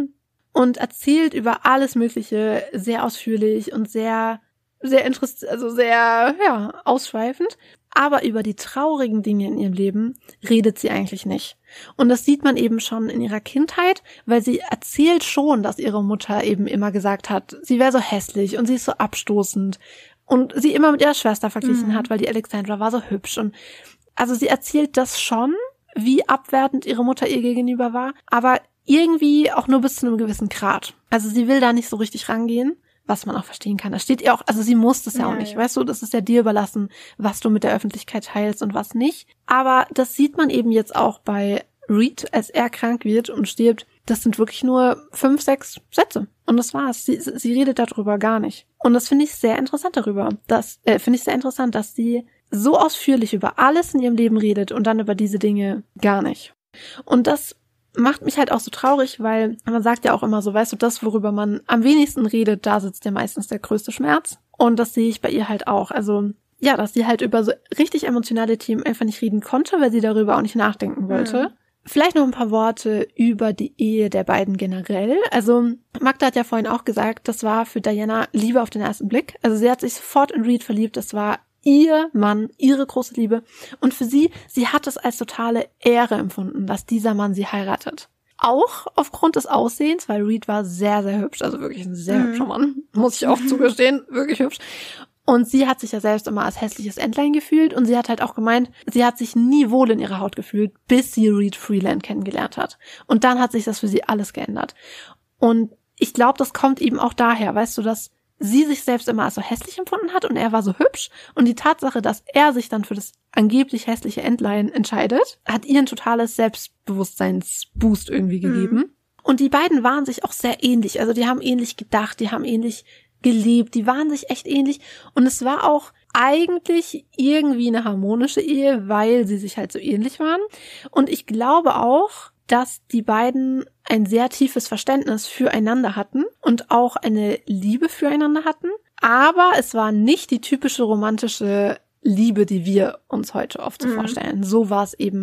und erzählt über alles Mögliche sehr ausführlich und sehr sehr interessant, also sehr, ja, ausschweifend. Aber über die traurigen Dinge in ihrem Leben redet sie eigentlich nicht. Und das sieht man eben schon in ihrer Kindheit, weil sie erzählt schon, dass ihre Mutter eben immer gesagt hat, sie wäre so hässlich und sie ist so abstoßend und sie immer mit ihrer Schwester verglichen mhm. hat, weil die Alexandra war so hübsch. Und also sie erzählt das schon, wie abwertend ihre Mutter ihr gegenüber war, aber irgendwie auch nur bis zu einem gewissen Grad. Also sie will da nicht so richtig rangehen. Was man auch verstehen kann. Da steht ihr auch, also sie muss das ja, ja auch nicht, ja. Weißt du, das ist ja dir überlassen, was du mit der Öffentlichkeit teilst und was nicht. Aber das sieht man eben jetzt auch bei Reed, als er krank wird und stirbt. Das sind wirklich nur fünf, sechs Sätze. Und das war's. Sie, sie redet darüber gar nicht. Und das finde ich sehr interessant darüber. Das äh, finde ich sehr interessant, dass sie so ausführlich über alles in ihrem Leben redet und dann über diese Dinge gar nicht. Und das macht mich halt auch so traurig, weil man sagt ja auch immer so, weißt du, das, worüber man am wenigsten redet, da sitzt ja meistens der größte Schmerz. Und das sehe ich bei ihr halt auch. Also ja, dass sie halt über so richtig emotionale Themen einfach nicht reden konnte, weil sie darüber auch nicht nachdenken wollte. Mhm. Vielleicht noch ein paar Worte über die Ehe der beiden generell. Also Magda hat ja vorhin auch gesagt, das war für Diana Liebe auf den ersten Blick. Also sie hat sich sofort in Reed verliebt, das war ihr Mann, ihre große Liebe. Und für sie, sie hat es als totale Ehre empfunden, dass dieser Mann sie heiratet. Auch aufgrund des Aussehens, weil Reed war sehr, sehr hübsch. Also wirklich ein sehr mhm. hübscher Mann, muss ich auch zugestehen, wirklich hübsch. Und sie hat sich ja selbst immer als hässliches Entlein gefühlt. Und sie hat halt auch gemeint, sie hat sich nie wohl in ihrer Haut gefühlt, bis sie Reed Freeland kennengelernt hat. Und dann hat sich das für sie alles geändert. Und ich glaube, das kommt eben auch daher, weißt du, dass sie sich selbst immer als so hässlich empfunden hat und er war so hübsch. Und die Tatsache, dass er sich dann für das angeblich hässliche Entlein entscheidet, hat ihr ein totales Selbstbewusstseinsboost irgendwie gegeben. Mhm. Und die beiden waren sich auch sehr ähnlich. Also die haben ähnlich gedacht, die haben ähnlich gelebt, die waren sich echt ähnlich. Und es war auch eigentlich irgendwie eine harmonische Ehe, weil sie sich halt so ähnlich waren. Und ich glaube auch, dass die beiden ein sehr tiefes Verständnis füreinander hatten und auch eine Liebe füreinander hatten. Aber es war nicht die typische romantische Liebe, die wir uns heute oft so mhm. vorstellen. So war es eben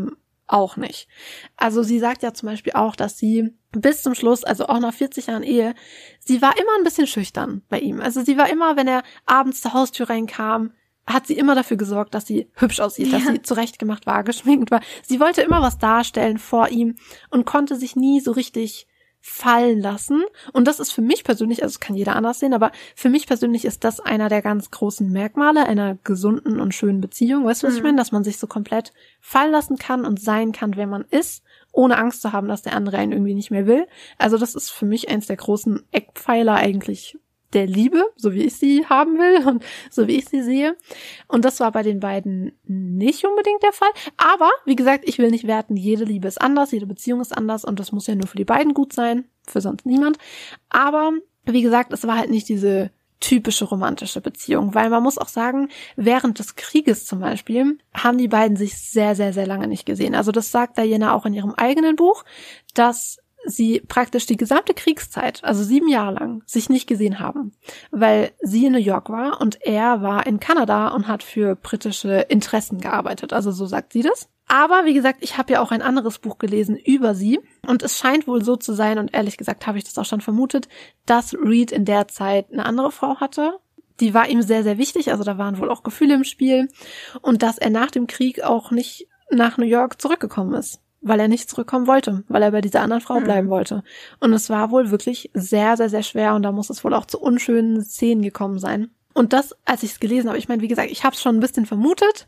auch nicht. Also sie sagt ja zum Beispiel auch, dass sie bis zum Schluss, also auch nach vierzig Jahren Ehe, sie war immer ein bisschen schüchtern bei ihm. Also sie war immer, wenn er abends zur Haustür reinkam, hat sie immer dafür gesorgt, dass sie hübsch aussieht, ja. dass sie zurechtgemacht war, geschminkt war. Sie wollte immer was darstellen vor ihm und konnte sich nie so richtig fallen lassen. Und das ist für mich persönlich, also das kann jeder anders sehen, aber für mich persönlich ist das einer der ganz großen Merkmale einer gesunden und schönen Beziehung. Weißt du, was mhm. ich meine? Dass man sich so komplett fallen lassen kann und sein kann, wer man ist, ohne Angst zu haben, dass der andere einen irgendwie nicht mehr will. Also das ist für mich eins der großen Eckpfeiler eigentlich der Liebe, so wie ich sie haben will und so wie ich sie sehe. Und das war bei den beiden nicht unbedingt der Fall. Aber, wie gesagt, ich will nicht werten, jede Liebe ist anders, jede Beziehung ist anders und das muss ja nur für die beiden gut sein, für sonst niemand. Aber, wie gesagt, es war halt nicht diese typische romantische Beziehung, weil man muss auch sagen, während des Krieges zum Beispiel haben die beiden sich sehr, sehr, sehr lange nicht gesehen. Also das sagt Diana auch in ihrem eigenen Buch, dass sie praktisch die gesamte Kriegszeit, also sieben Jahre lang, sich nicht gesehen haben, weil sie in New York war und er war in Kanada und hat für britische Interessen gearbeitet. Also so sagt sie das. Aber wie gesagt, ich habe ja auch ein anderes Buch gelesen über sie und es scheint wohl so zu sein, und ehrlich gesagt habe ich das auch schon vermutet, dass Reed in der Zeit eine andere Frau hatte. Die war ihm sehr, sehr wichtig, also da waren wohl auch Gefühle im Spiel, und dass er nach dem Krieg auch nicht nach New York zurückgekommen ist, weil er nicht zurückkommen wollte, weil er bei dieser anderen Frau bleiben mhm. wollte. Und es war wohl wirklich sehr, sehr, sehr schwer und da muss es wohl auch zu unschönen Szenen gekommen sein. Und das, als ich es gelesen habe, ich meine, wie gesagt, ich habe es schon ein bisschen vermutet,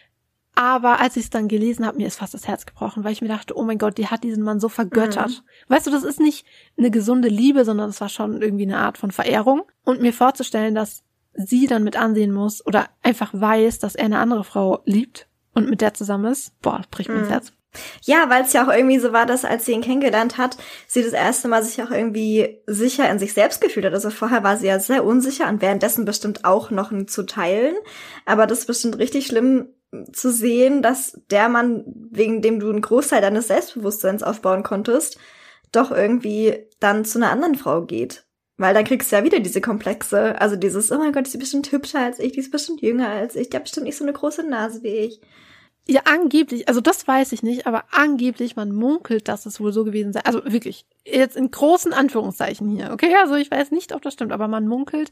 aber als ich es dann gelesen habe, mir ist fast das Herz gebrochen, weil ich mir dachte, oh mein Gott, die hat diesen Mann so vergöttert. Mhm. Weißt du, das ist nicht eine gesunde Liebe, sondern das war schon irgendwie eine Art von Verehrung. Und mir vorzustellen, dass sie dann mit ansehen muss oder einfach weiß, dass er eine andere Frau liebt und mit der zusammen ist, boah, das bricht mir das Herz. Ja, weil es ja auch irgendwie so war, dass als sie ihn kennengelernt hat, sie das erste Mal sich auch irgendwie sicher in sich selbst gefühlt hat. Also vorher war sie ja sehr unsicher und währenddessen bestimmt auch noch nie zu teilen. Aber das ist bestimmt richtig schlimm zu sehen, dass der Mann, wegen dem du einen Großteil deines Selbstbewusstseins aufbauen konntest, doch irgendwie dann zu einer anderen Frau geht. Weil dann kriegst du ja wieder diese Komplexe, also dieses, oh mein Gott, die ist bestimmt hübscher als ich, die ist bestimmt jünger als ich, die hat bestimmt nicht so eine große Nase wie ich. Ja, angeblich, also das weiß ich nicht, aber angeblich, man munkelt, dass es wohl so gewesen sei. Also wirklich, jetzt in großen Anführungszeichen hier, okay? Also ich weiß nicht, ob das stimmt, aber man munkelt,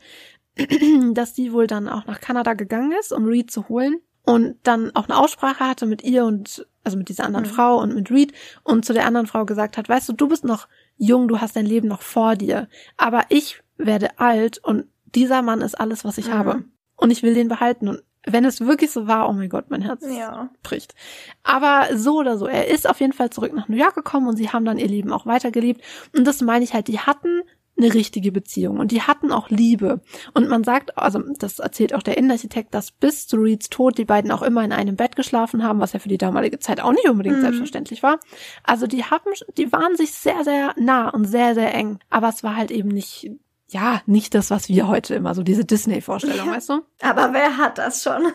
dass die wohl dann auch nach Kanada gegangen ist, um Reed zu holen und dann auch eine Aussprache hatte mit ihr und, also mit dieser anderen mhm. Frau und mit Reed und zu der anderen Frau gesagt hat, weißt du, du bist noch jung, du hast dein Leben noch vor dir, aber ich werde alt und dieser Mann ist alles, was ich mhm. habe und ich will den behalten. Und wenn es wirklich so war, oh mein Gott, mein Herz ja. bricht. Aber so oder so, er ist auf jeden Fall zurück nach New York gekommen und sie haben dann ihr Leben auch weitergelebt. Und das meine ich halt, die hatten eine richtige Beziehung und die hatten auch Liebe. Und man sagt, also das erzählt auch der Innenarchitekt, dass bis zu Reeds Tod die beiden auch immer in einem Bett geschlafen haben, was ja für die damalige Zeit auch nicht unbedingt mhm. selbstverständlich war. Also die haben, die waren sich sehr, sehr nah und sehr, sehr eng. Aber es war halt eben nicht... Ja, nicht das, was wir heute immer, so diese Disney-Vorstellung, ja, weißt du? Aber wer hat das schon?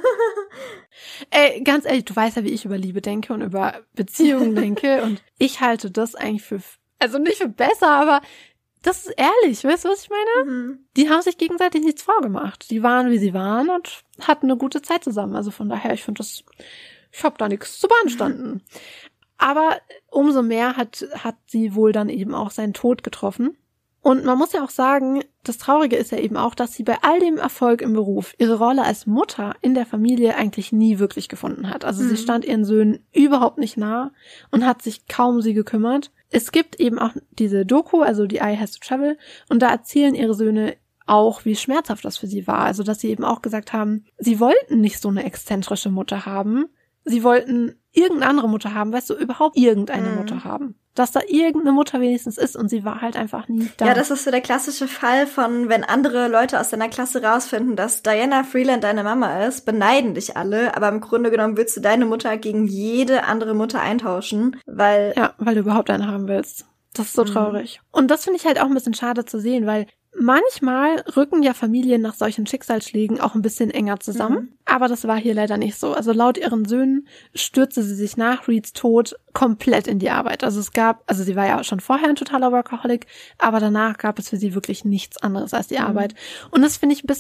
Ey, ganz ehrlich, du weißt ja, wie ich über Liebe denke und über Beziehungen denke und ich halte das eigentlich für, also nicht für besser, aber das ist ehrlich, weißt du, was ich meine? Mhm. Die haben sich gegenseitig nichts vorgemacht. Die waren, wie sie waren und hatten eine gute Zeit zusammen. Also von daher, ich finde das, ich habe da nichts zu beanstanden. Mhm. Aber umso mehr hat, hat sie wohl dann eben auch seinen Tod getroffen. Und man muss ja auch sagen, das Traurige ist ja eben auch, dass sie bei all dem Erfolg im Beruf ihre Rolle als Mutter in der Familie eigentlich nie wirklich gefunden hat. Also mhm. sie stand ihren Söhnen überhaupt nicht nah und hat sich kaum um sie gekümmert. Es gibt eben auch diese Doku, also die Eye Has to Travel, und da erzählen ihre Söhne auch, wie schmerzhaft das für sie war. Also dass sie eben auch gesagt haben, sie wollten nicht so eine exzentrische Mutter haben. Sie wollten irgendeine andere Mutter haben, weißt du, überhaupt irgendeine mhm. Mutter haben. Dass da irgendeine Mutter wenigstens ist und sie war halt einfach nie da. Ja, das ist so der klassische Fall von, wenn andere Leute aus deiner Klasse rausfinden, dass Diana Freeland deine Mama ist, beneiden dich alle, aber im Grunde genommen willst du deine Mutter gegen jede andere Mutter eintauschen, weil... Ja, weil du überhaupt eine haben willst. Das ist so mhm. traurig. Und das finde ich halt auch ein bisschen schade zu sehen, weil manchmal rücken ja Familien nach solchen Schicksalsschlägen auch ein bisschen enger zusammen, mhm. aber das war hier leider nicht so. Also laut ihren Söhnen stürzte sie sich nach Reeds Tod komplett in die Arbeit. Also es gab, also sie war ja schon vorher ein totaler Workaholic, aber danach gab es für sie wirklich nichts anderes als die mhm. Arbeit. Und das finde ich ein bisschen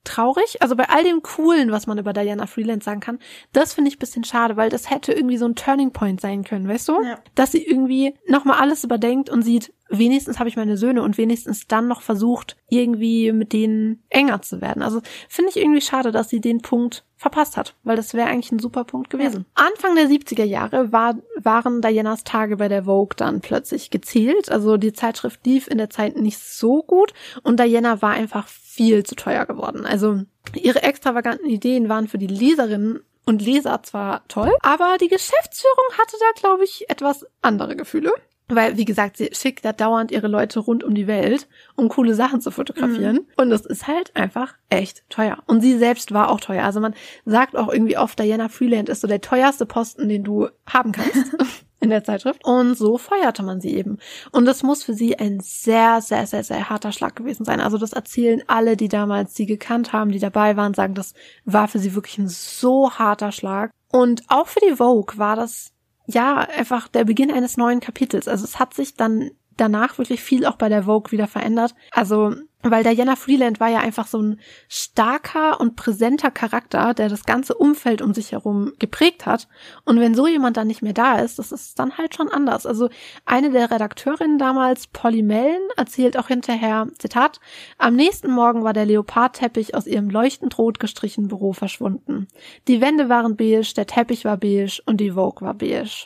traurig. Also bei all dem Coolen, was man über Diana Freeland sagen kann, das finde ich ein bisschen schade, weil das hätte irgendwie so ein Turning Point sein können, weißt du? Ja. Dass sie irgendwie nochmal alles überdenkt und sieht, wenigstens habe ich meine Söhne und wenigstens dann noch versucht, irgendwie mit denen enger zu werden. Also finde ich irgendwie schade, dass sie den Punkt verpasst hat, weil das wäre eigentlich ein super Punkt gewesen. Ja. Anfang der siebziger Jahre war, waren Dianas Tage bei der Vogue dann plötzlich gezählt. Also die Zeitschrift lief in der Zeit nicht so gut und Diana war einfach viel zu teuer geworden. Also ihre extravaganten Ideen waren für die Leserinnen und Leser zwar toll, aber die Geschäftsführung hatte da, glaube ich, etwas andere Gefühle. Weil, wie gesagt, sie schickt da dauernd ihre Leute rund um die Welt, um coole Sachen zu fotografieren. Mhm. Und das ist halt einfach echt teuer. Und sie selbst war auch teuer. Also man sagt auch irgendwie oft, Diana Freeland ist so der teuerste Posten, den du haben kannst in der Zeitschrift. Und so feuerte man sie eben. Und das muss für sie ein sehr, sehr, sehr, sehr harter Schlag gewesen sein. Also das erzählen alle, die damals sie gekannt haben, die dabei waren, sagen, das war für sie wirklich ein so harter Schlag. Und auch für die Vogue war das ja, einfach der Beginn eines neuen Kapitels. Also es hat sich dann danach wirklich viel auch bei der Vogue wieder verändert. Also, weil Diana Freeland war ja einfach so ein starker und präsenter Charakter, der das ganze Umfeld um sich herum geprägt hat. Und wenn so jemand dann nicht mehr da ist, das ist dann halt schon anders. Also eine der Redakteurinnen damals, Polly Mellon, erzählt auch hinterher, Zitat, am nächsten Morgen war der Leopardteppich aus ihrem leuchtend rot gestrichenen Büro verschwunden. Die Wände waren beige, der Teppich war beige und die Vogue war beige.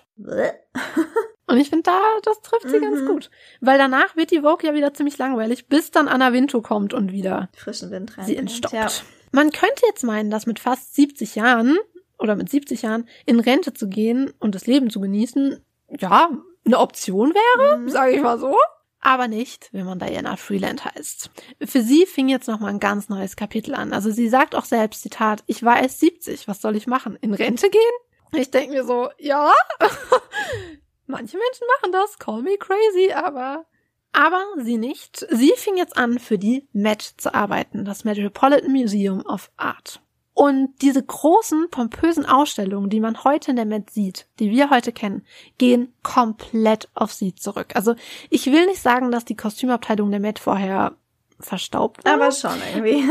Und ich finde, da, das trifft sie mhm. ganz gut. Weil danach wird die Vogue ja wieder ziemlich langweilig, bis dann Anna Wintour kommt und wieder frischen Wind rein sie entstockt. Ja. Man könnte jetzt meinen, dass mit fast siebzig Jahren oder mit siebzig Jahren in Rente zu gehen und das Leben zu genießen, ja, eine Option wäre, mhm. sage ich mal so. Aber nicht, wenn man Diana Freeland heißt. Für sie fing jetzt nochmal ein ganz neues Kapitel an. Also sie sagt auch selbst, Zitat, ich war erst siebzig, was soll ich machen? In Rente gehen? Ich denke mir so, ja, manche Menschen machen das, call me crazy, aber aber sie nicht. Sie fing jetzt an, für die Met zu arbeiten, das Metropolitan Museum of Art. Und diese großen, pompösen Ausstellungen, die man heute in der Met sieht, die wir heute kennen, gehen komplett auf sie zurück. Also ich will nicht sagen, dass die Kostümabteilung der Met vorher verstaubt war. Aber schon irgendwie.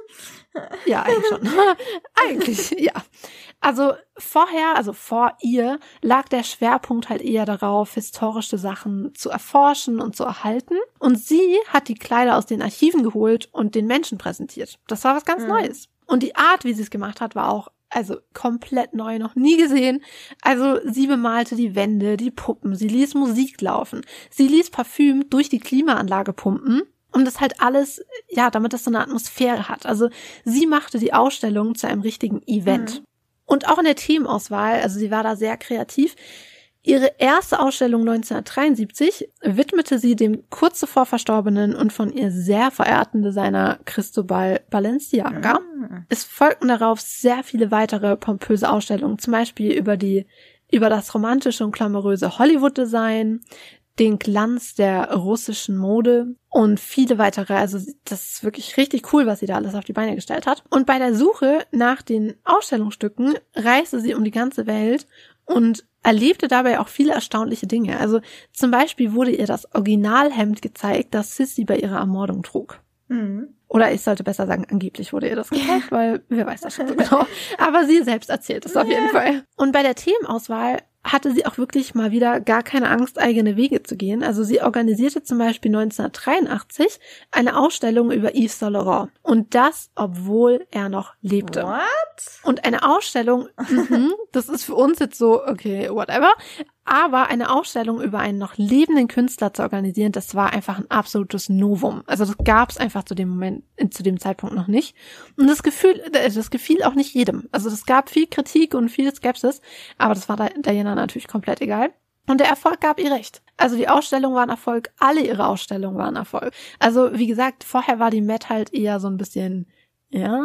Ja, eigentlich schon. Eigentlich, ja. Also vorher, also vor ihr, lag der Schwerpunkt halt eher darauf, historische Sachen zu erforschen und zu erhalten. Und sie hat die Kleider aus den Archiven geholt und den Menschen präsentiert. Das war was ganz mhm. Neues. Und die Art, wie sie es gemacht hat, war auch also komplett neu, noch nie gesehen. Also sie bemalte die Wände, die Puppen, sie ließ Musik laufen, sie ließ Parfüm durch die Klimaanlage pumpen. Um das halt alles, ja, damit das so eine Atmosphäre hat. Also sie machte die Ausstellung zu einem richtigen Event. Mhm. Und auch in der Themenauswahl, also sie war da sehr kreativ. Ihre erste Ausstellung neunzehnhundertdreiundsiebzig widmete sie dem kurz zuvor verstorbenen und von ihr sehr verehrten Designer Cristobal Balenciaga. Mhm. Es folgten darauf sehr viele weitere pompöse Ausstellungen, zum Beispiel über die, über das romantische und glamouröse Hollywood-Design, den Glanz der russischen Mode und viele weitere. Also das ist wirklich richtig cool, was sie da alles auf die Beine gestellt hat. Und bei der Suche nach den Ausstellungsstücken reiste sie um die ganze Welt und erlebte dabei auch viele erstaunliche Dinge. Also zum Beispiel wurde ihr das Originalhemd gezeigt, das Sissy bei ihrer Ermordung trug. Mhm. Oder ich sollte besser sagen, angeblich wurde ihr das gezeigt, weil wer weiß das schon so genau. Aber sie selbst erzählt es auf jeden Fall. Und bei der Themenauswahl hatte sie auch wirklich mal wieder gar keine Angst, eigene Wege zu gehen. Also sie organisierte zum Beispiel neunzehnhundertdreiundachtzig eine Ausstellung über Yves Saint Laurent. Und das, obwohl er noch lebte. What? Und eine Ausstellung, mm-hmm, das ist für uns jetzt so, okay, whatever. Aber eine Ausstellung über einen noch lebenden Künstler zu organisieren, das war einfach ein absolutes Novum. Also das gab es einfach zu dem Moment, zu dem Zeitpunkt noch nicht. Und das Gefühl, das gefiel auch nicht jedem. Also es gab viel Kritik und viel Skepsis, aber das war Diana natürlich komplett egal. Und der Erfolg gab ihr recht. Also die Ausstellung war ein Erfolg, alle ihre Ausstellungen waren ein Erfolg. Also wie gesagt, vorher war die Met halt eher so ein bisschen, ja,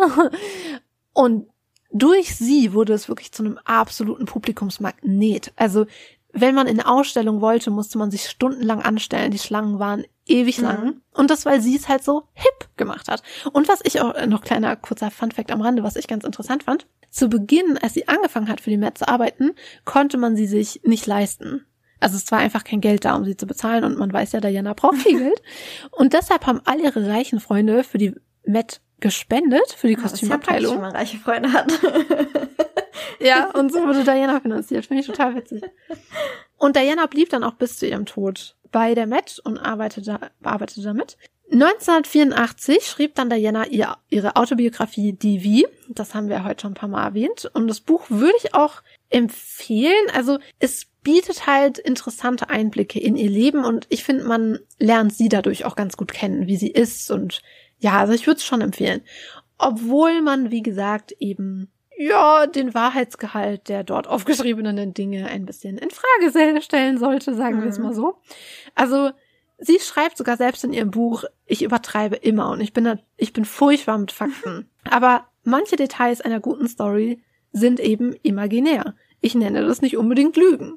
und durch sie wurde es wirklich zu einem absoluten Publikumsmagnet. Also wenn man in eine Ausstellung wollte, musste man sich stundenlang anstellen. Die Schlangen waren ewig lang. Mhm. Und das, weil sie es halt so hip gemacht hat. Und was ich auch, noch kleiner kurzer Funfact am Rande, was ich ganz interessant fand. Zu Beginn, als sie angefangen hat, für die Met zu arbeiten, konnte man sie sich nicht leisten. Also es war einfach kein Geld da, um sie zu bezahlen. Und man weiß ja, Diana braucht viel Geld. Und deshalb haben all ihre reichen Freunde für die Met gespendet für die Ah, Kostümabteilung. Das ist ja praktisch, wenn man reiche Freunde hat. Ja, und so wurde Diana finanziert. Finde ich total witzig. Und Diana blieb dann auch bis zu ihrem Tod bei der Met und arbeitete, arbeitete damit. neunzehnhundertvierundachtzig schrieb dann Diana ihr, ihre Autobiografie D V. Das haben wir heute schon ein paar Mal erwähnt. Und das Buch würde ich auch empfehlen. Also es bietet halt interessante Einblicke in ihr Leben und ich finde, man lernt sie dadurch auch ganz gut kennen, wie sie ist. Und ja, also ich würde es schon empfehlen. Obwohl man, wie gesagt, eben ja den Wahrheitsgehalt der dort aufgeschriebenen Dinge ein bisschen in Frage stellen sollte, sagen wir es mal so. Also sie schreibt sogar selbst in ihrem Buch, ich übertreibe immer und ich bin da, ich bin furchtbar mit Fakten. Aber manche Details einer guten Story sind eben imaginär. Ich nenne das nicht unbedingt Lügen.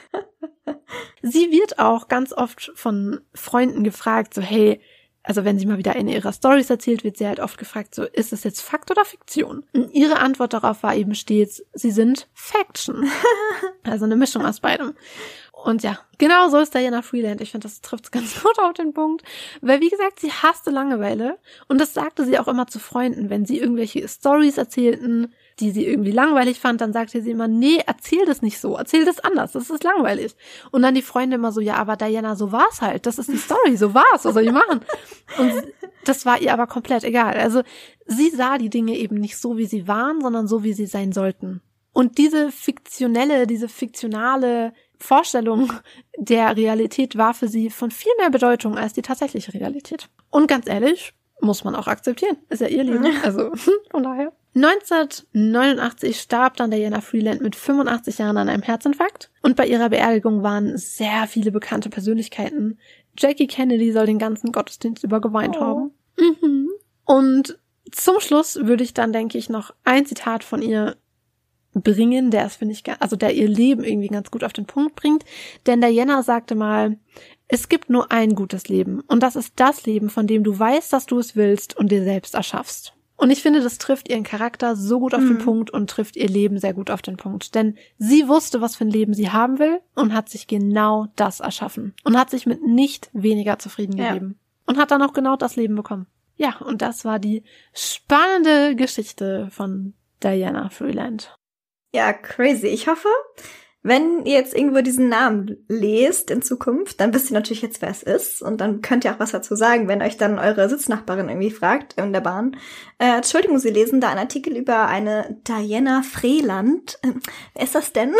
Sie wird auch ganz oft von Freunden gefragt, so hey, also wenn sie mal wieder eine ihrer Stories erzählt, wird sie halt oft gefragt, so ist es jetzt Fakt oder Fiktion? Und ihre Antwort darauf war eben stets, sie sind Faction. Also eine Mischung aus beidem. Und ja, genau so ist Diana Freeland. Ich finde, das trifft ganz gut auf den Punkt. Weil, wie gesagt, sie hasste Langeweile. Und das sagte sie auch immer zu Freunden. Wenn sie irgendwelche Stories erzählten, die sie irgendwie langweilig fand, dann sagte sie immer, nee, erzähl das nicht so. Erzähl das anders. Das ist langweilig. Und dann die Freunde immer so, ja, aber Diana, so war's halt. Das ist die Story. So war's. Was soll ich machen? Und das war ihr aber komplett egal. Also, sie sah die Dinge eben nicht so, wie sie waren, sondern so, wie sie sein sollten. Und diese fiktionelle, diese fiktionale Vorstellung der Realität war für sie von viel mehr Bedeutung als die tatsächliche Realität. Und ganz ehrlich, muss man auch akzeptieren. Ist ja ihr Leben. Also von daher. neunzehnhundertneunundachtzig starb dann Diana Freeland mit fünfundachtzig Jahren an einem Herzinfarkt. Und bei ihrer Beerdigung waren sehr viele bekannte Persönlichkeiten. Jackie Kennedy soll den ganzen Gottesdienst über geweint oh. haben. Mhm. Und zum Schluss würde ich dann, denke ich, noch ein Zitat von ihr bringen, der es, finde ich, also der ihr Leben irgendwie ganz gut auf den Punkt bringt. Denn Diana sagte mal, es gibt nur ein gutes Leben und das ist das Leben, von dem du weißt, dass du es willst und dir selbst erschaffst. Und ich finde, das trifft ihren Charakter so gut auf mhm. den Punkt und trifft ihr Leben sehr gut auf den Punkt. Denn sie wusste, was für ein Leben sie haben will und hat sich genau das erschaffen. Und hat sich mit nicht weniger zufrieden gegeben. Ja. Und hat dann auch genau das Leben bekommen. Ja, und das war die spannende Geschichte von Diana Freeland. Ja, crazy. Ich hoffe, wenn ihr jetzt irgendwo diesen Namen lest in Zukunft, dann wisst ihr natürlich jetzt, wer es ist. Und dann könnt ihr auch was dazu sagen, wenn euch dann eure Sitznachbarin irgendwie fragt in der Bahn. Äh, Entschuldigung, Sie lesen da einen Artikel über eine Diana Freeland. Äh, wer ist das denn?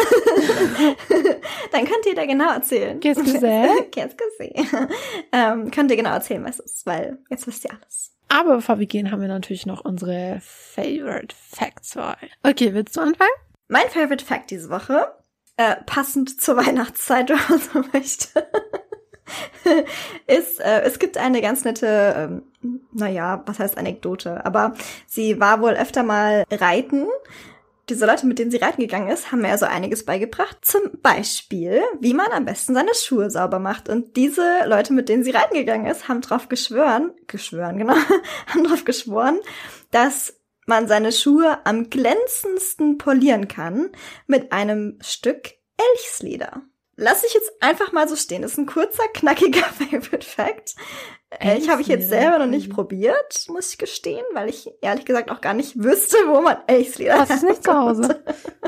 Dann könnt ihr da genau erzählen. Qu'est-ce que c'est? Qu'est-ce que c'est? ähm, könnt ihr genau erzählen, was es ist, weil jetzt wisst ihr alles. Aber bevor wir gehen, haben wir natürlich noch unsere Favorite Facts. Okay, willst du anfangen? Mein Favorite Fact diese Woche, äh, passend zur Weihnachtszeit, wenn man so möchte, ist, äh, es gibt eine ganz nette, ähm, naja, was heißt Anekdote, aber sie war wohl öfter mal reiten. Diese Leute, mit denen sie reiten gegangen ist, haben mir also einiges beigebracht. Zum Beispiel, wie man am besten seine Schuhe sauber macht. Und diese Leute, mit denen sie reiten gegangen ist, haben drauf geschwören, geschwören, genau, haben drauf geschworen, dass man seine Schuhe am glänzendsten polieren kann mit einem Stück Elchsleder. Lass ich jetzt einfach mal so stehen. Das ist ein kurzer, knackiger Favorite Fact. Elch habe ich jetzt selber noch nicht probiert, muss ich gestehen, weil ich ehrlich gesagt auch gar nicht wüsste, wo man Elchsleder hat. Das ist nicht zu Hause.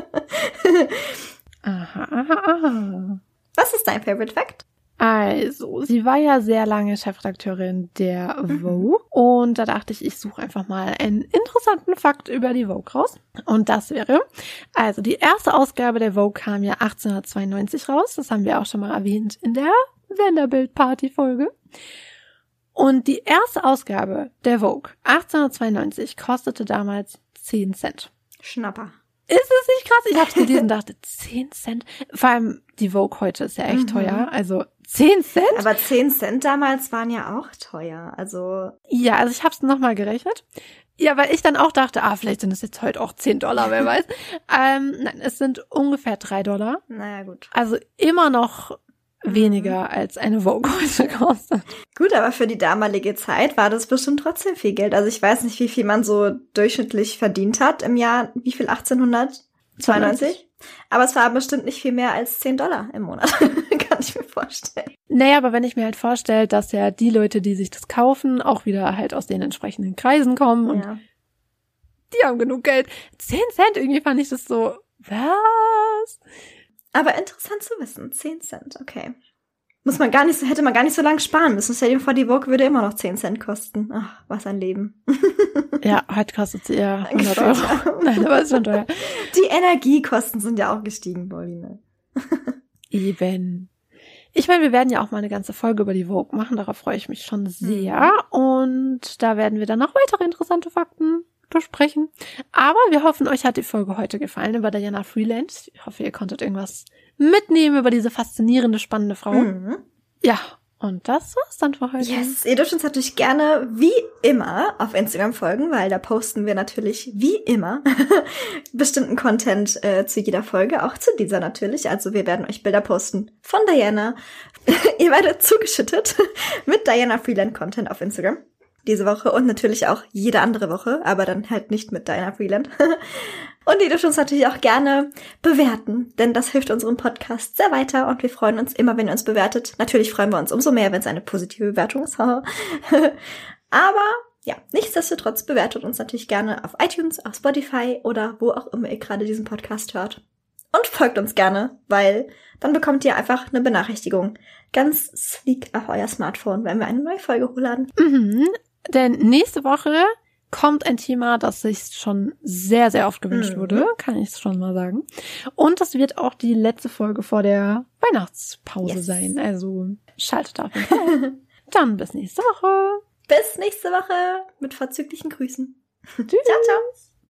Aha, aha, aha. Was ist dein Favorite Fact? Also, sie war ja sehr lange Chefredakteurin der Vogue mhm. und da dachte ich, ich suche einfach mal einen interessanten Fakt über die Vogue raus. Und das wäre, also die erste Ausgabe der Vogue kam ja achtzehnhundertzweiundneunzig raus, das haben wir auch schon mal erwähnt in der Vanderbilt-Party-Folge. Und die erste Ausgabe der Vogue achtzehnhundertzweiundneunzig kostete damals zehn Cent. Schnapper. Ist es nicht krass? Ich hab's gelesen und dachte, zehn Cent? Vor allem die Vogue heute ist ja echt mhm. teuer. Also zehn Cent? Aber zehn Cent damals waren ja auch teuer. Also ja, also ich hab's nochmal gerechnet. Ja, weil ich dann auch dachte, ah, vielleicht sind es jetzt heute auch zehn Dollar, wer weiß. ähm, nein, es sind ungefähr drei Dollar. Naja, gut. Also immer noch weniger als eine Vogue heute kostet. Gut, aber für die damalige Zeit war das bestimmt trotzdem viel Geld. Also ich weiß nicht, wie viel man so durchschnittlich verdient hat im Jahr, wie viel, achtzehnhundertzweiundneunzig? Aber es war bestimmt nicht viel mehr als zehn Dollar im Monat. kann ich mir vorstellen. Naja, aber wenn ich mir halt vorstelle, dass ja die Leute, die sich das kaufen, auch wieder halt aus den entsprechenden Kreisen kommen und Ja. die haben genug Geld. Zehn Cent, irgendwie fand ich das so, was? Aber interessant zu wissen, zehn Cent, okay. Muss man gar nicht so, hätte man gar nicht so lange sparen müssen. Stell dir vor, die Vogue würde immer noch zehn Cent kosten. Ach, was ein Leben. Ja, heute kostet sie eher hundert Euro. Nein, aber ist schon teuer. Die Energiekosten sind ja auch gestiegen, Pauline. Eben. Ich meine, wir werden ja auch mal eine ganze Folge über die Vogue machen, darauf freue ich mich schon sehr. Und da werden wir dann noch weitere interessante Fakten besprechen. Aber wir hoffen, euch hat die Folge heute gefallen über Diana Vreeland. Ich hoffe, ihr konntet irgendwas mitnehmen über diese faszinierende, spannende Frau. Mhm. Ja, und das war's dann für heute. Yes, ihr dürft uns natürlich gerne wie immer auf Instagram folgen, weil da posten wir natürlich wie immer bestimmten Content äh, zu jeder Folge, auch zu dieser natürlich. Also wir werden euch Bilder posten von Diana. Ihr werdet zugeschüttet mit Diana Vreeland Content auf Instagram diese Woche und natürlich auch jede andere Woche, aber dann halt nicht mit Diana Vreeland. Und ihr dürft uns natürlich auch gerne bewerten, denn das hilft unserem Podcast sehr weiter und wir freuen uns immer, wenn ihr uns bewertet. Natürlich freuen wir uns umso mehr, wenn es eine positive Bewertung ist. Aber ja, nichtsdestotrotz bewertet uns natürlich gerne auf iTunes, auf Spotify oder wo auch immer ihr gerade diesen Podcast hört. Und folgt uns gerne, weil dann bekommt ihr einfach eine Benachrichtigung ganz sleek auf euer Smartphone, wenn wir eine neue Folge hochladen. Mhm, denn nächste Woche kommt ein Thema, das sich schon sehr, sehr oft gewünscht mhm. wurde, kann ich schon mal sagen. Und das wird auch die letzte Folge vor der Weihnachtspause Yes. sein. Also schaltet auf jeden Fall. Dann bis nächste Woche. Bis nächste Woche mit vorzüglichen Grüßen. Tschüss. Ciao, ciao.